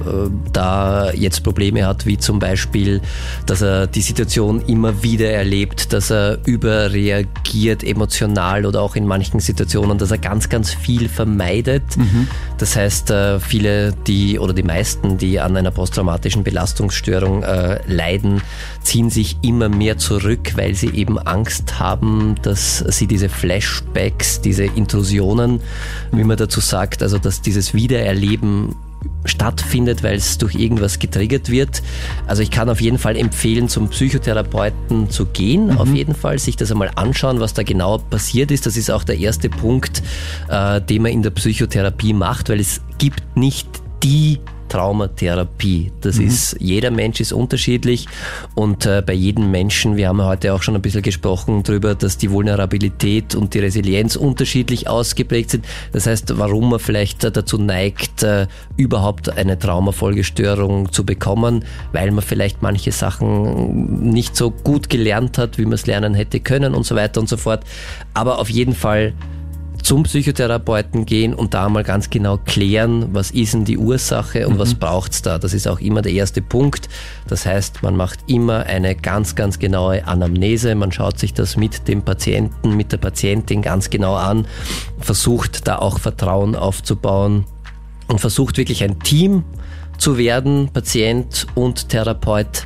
da jetzt Probleme hat, wie zum Beispiel, dass er die Situation immer wieder erlebt, dass er überreagiert emotional oder auch in manchen Situationen, dass er ganz, ganz viel vermeidet. Das heißt, viele, die meisten, die an einer posttraumatischen Belastungsstörung leiden, ziehen sich immer mehr zurück, weil sie eben Angst haben, dass sie diese Flashbacks, diese Intrusionen, wie man dazu sagt, also dass dieses Wiedererleben stattfindet, weil es durch irgendwas getriggert wird. Also ich kann auf jeden Fall empfehlen, zum Psychotherapeuten zu gehen, auf jeden Fall, sich das einmal anschauen, was da genau passiert ist. Das ist auch der erste Punkt, den man in der Psychotherapie macht, weil es gibt nicht die Traumatherapie. Das ist, jeder Mensch ist unterschiedlich und bei jedem Menschen, wir haben heute auch schon ein bisschen gesprochen darüber, dass die Vulnerabilität und die Resilienz unterschiedlich ausgeprägt sind. Das heißt, warum man vielleicht dazu neigt, überhaupt eine Traumafolgestörung zu bekommen, weil man vielleicht manche Sachen nicht so gut gelernt hat, wie man es lernen hätte können und so weiter und so fort. Aber auf jeden Fall zum Psychotherapeuten gehen und da mal ganz genau klären, was ist denn die Ursache und was braucht's da. Das ist auch immer der erste Punkt. Das heißt, man macht immer eine ganz, ganz genaue Anamnese. Man schaut sich das mit dem Patienten, mit der Patientin ganz genau an, versucht da auch Vertrauen aufzubauen und versucht wirklich ein Team zu werden, Patient und Therapeut.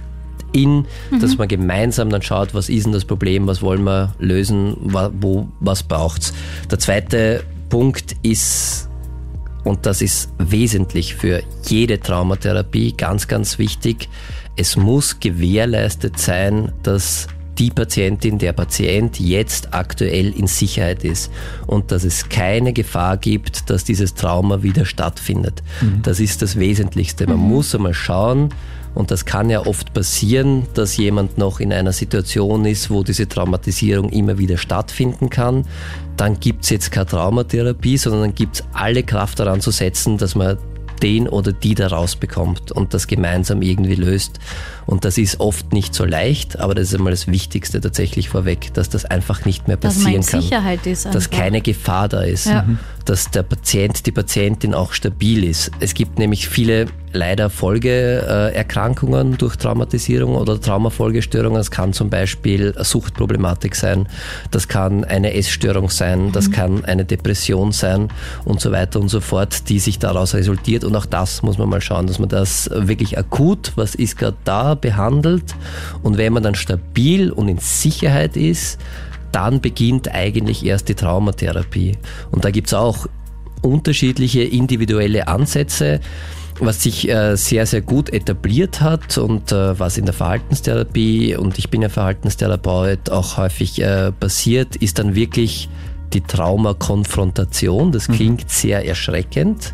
Dass man gemeinsam dann schaut, was ist denn das Problem, was wollen wir lösen, was braucht's. Der zweite Punkt ist, und das ist wesentlich für jede Traumatherapie, ganz, ganz wichtig, es muss gewährleistet sein, dass die Patientin, der Patient jetzt aktuell in Sicherheit ist und dass es keine Gefahr gibt, dass dieses Trauma wieder stattfindet. Das ist das Wesentlichste. Man muss einmal schauen, und das kann ja oft passieren, dass jemand noch in einer Situation ist, wo diese Traumatisierung immer wieder stattfinden kann. Dann gibt's jetzt keine Traumatherapie, sondern dann gibt's alle Kraft daran zu setzen, dass man den oder die da rausbekommt und das gemeinsam irgendwie löst. Und das ist oft nicht so leicht, aber das ist einmal das Wichtigste tatsächlich vorweg, dass das einfach nicht mehr passieren kann. Dass man in Sicherheit ist. Dass keine Gefahr da ist. Ja. Dass der Patient, die Patientin auch stabil ist. Es gibt nämlich viele leider Folgeerkrankungen durch Traumatisierung oder Traumafolgestörungen. Das kann zum Beispiel eine Suchtproblematik sein, das kann eine Essstörung sein, das kann eine Depression sein und so weiter und so fort, die sich daraus resultiert. Und auch das muss man mal schauen, dass man das wirklich akut, was ist gerade da, behandelt. Und wenn man dann stabil und in Sicherheit ist, dann beginnt eigentlich erst die Traumatherapie. Und da gibt's auch unterschiedliche individuelle Ansätze. Was sich sehr, sehr gut etabliert hat und was in der Verhaltenstherapie, und ich bin ja Verhaltenstherapeut, auch häufig passiert, ist dann wirklich die Traumakonfrontation. Das klingt sehr erschreckend.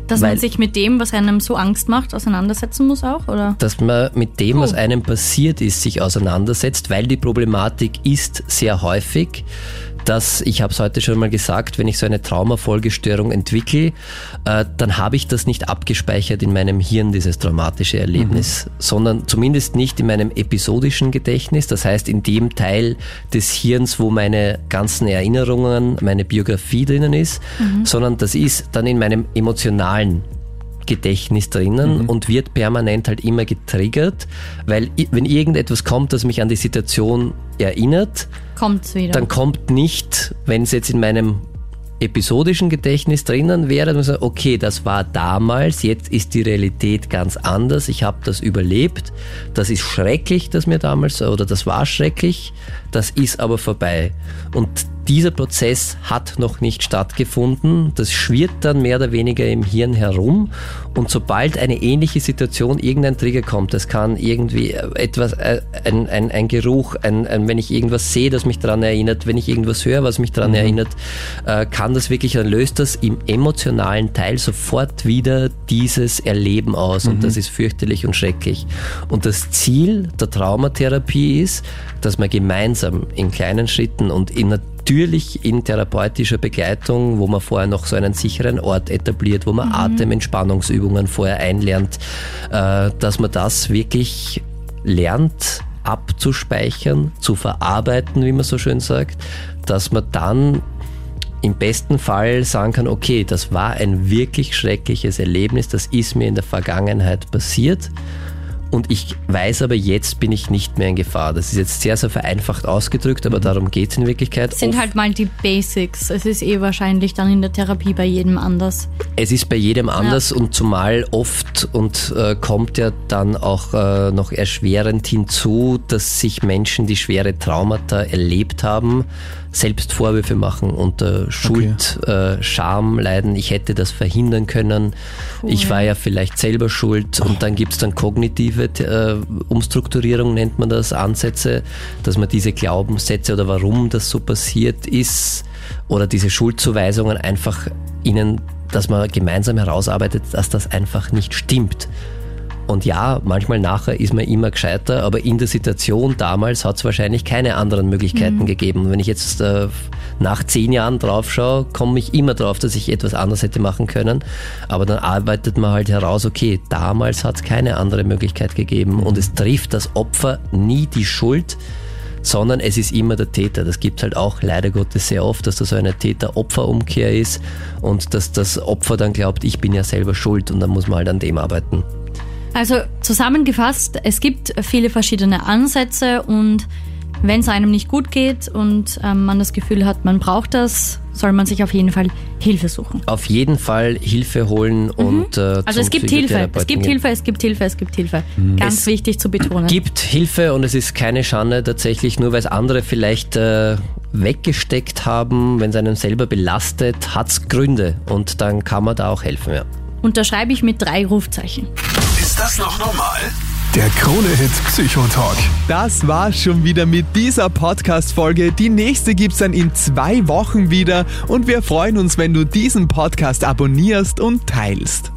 Dass man sich mit dem, was einem so Angst macht, auseinandersetzen muss auch, oder? Dass man mit dem, was einem passiert ist, sich auseinandersetzt, weil die Problematik ist sehr häufig, dass, ich habe es heute schon mal gesagt, wenn ich so eine Traumafolgestörung entwickle, dann habe ich das nicht abgespeichert in meinem Hirn, dieses traumatische Erlebnis, sondern zumindest nicht in meinem episodischen Gedächtnis, das heißt in dem Teil des Hirns, wo meine ganzen Erinnerungen, meine Biografie drinnen ist, sondern das ist dann in meinem emotionalen Gedächtnis drinnen und wird permanent halt immer getriggert, weil wenn irgendetwas kommt, das mich an die Situation erinnert, kommt's wieder. Dann kommt nicht, wenn es jetzt in meinem episodischen Gedächtnis drinnen wäre, dann muss man sagen, okay, das war damals, jetzt ist die Realität ganz anders, ich habe das überlebt, das ist schrecklich, das mir damals, oder das war schrecklich, das ist aber vorbei. Und dieser Prozess hat noch nicht stattgefunden, das schwirrt dann mehr oder weniger im Hirn herum und sobald eine ähnliche Situation, irgendein Trigger kommt, das kann irgendwie etwas, ein Geruch, wenn ich irgendwas sehe, das mich daran erinnert, wenn ich irgendwas höre, was mich daran erinnert, kann das wirklich, dann löst das im emotionalen Teil sofort wieder dieses Erleben aus und das ist fürchterlich und schrecklich. Und das Ziel der Traumatherapie ist, dass man gemeinsam in kleinen Schritten und natürlich in therapeutischer Begleitung, wo man vorher noch so einen sicheren Ort etabliert, wo man Atementspannungsübungen vorher einlernt, dass man das wirklich lernt abzuspeichern, zu verarbeiten, wie man so schön sagt, dass man dann im besten Fall sagen kann, okay, das war ein wirklich schreckliches Erlebnis, das ist mir in der Vergangenheit passiert. Und ich weiß aber, jetzt bin ich nicht mehr in Gefahr. Das ist jetzt sehr, sehr vereinfacht ausgedrückt, aber darum geht es in Wirklichkeit. Das sind halt mal die Basics. Es ist wahrscheinlich dann in der Therapie bei jedem anders. Es ist bei jedem anders und zumal oft kommt ja dann auch noch erschwerend hinzu, dass sich Menschen, die schwere Traumata erlebt haben, selbst Vorwürfe machen, unter Schuld, Scham leiden. Ich hätte das verhindern können. Cool. Ich war ja vielleicht selber schuld. Und dann gibt es dann kognitive Umstrukturierung, nennt man das, Ansätze, dass man diese Glaubenssätze oder warum das so passiert ist oder diese Schuldzuweisungen einfach dass man gemeinsam herausarbeitet, dass das einfach nicht stimmt. Und ja, manchmal nachher ist man immer gescheiter, aber in der Situation damals hat es wahrscheinlich keine anderen Möglichkeiten gegeben. Und wenn ich jetzt nach 10 Jahren drauf schaue, komme ich immer drauf, dass ich etwas anderes hätte machen können. Aber dann arbeitet man halt heraus, okay, damals hat es keine andere Möglichkeit gegeben und es trifft das Opfer nie die Schuld, sondern es ist immer der Täter. Das gibt es halt auch leider Gottes sehr oft, dass da so eine Täter-Opfer-Umkehr ist und dass das Opfer dann glaubt, ich bin ja selber schuld und dann muss man halt an dem arbeiten. Also zusammengefasst, es gibt viele verschiedene Ansätze und wenn es einem nicht gut geht und man das Gefühl hat, man braucht das, soll man sich auf jeden Fall Hilfe suchen. Auf jeden Fall Hilfe holen und also es gibt Hilfe, es gibt Hilfe, es gibt Hilfe, es gibt Hilfe. Ganz wichtig zu betonen. Es gibt Hilfe und es ist keine Schande tatsächlich, nur weil es andere vielleicht weggesteckt haben, wenn es einen selber belastet, hat es Gründe und dann kann man da auch helfen, ja. Unterschreibe ich mit 3 Rufzeichen. Ist das noch normal? Der Krone-Hit Psychotalk. Das war's schon wieder mit dieser Podcast-Folge. Die nächste gibt's dann in 2 Wochen wieder und wir freuen uns, wenn du diesen Podcast abonnierst und teilst.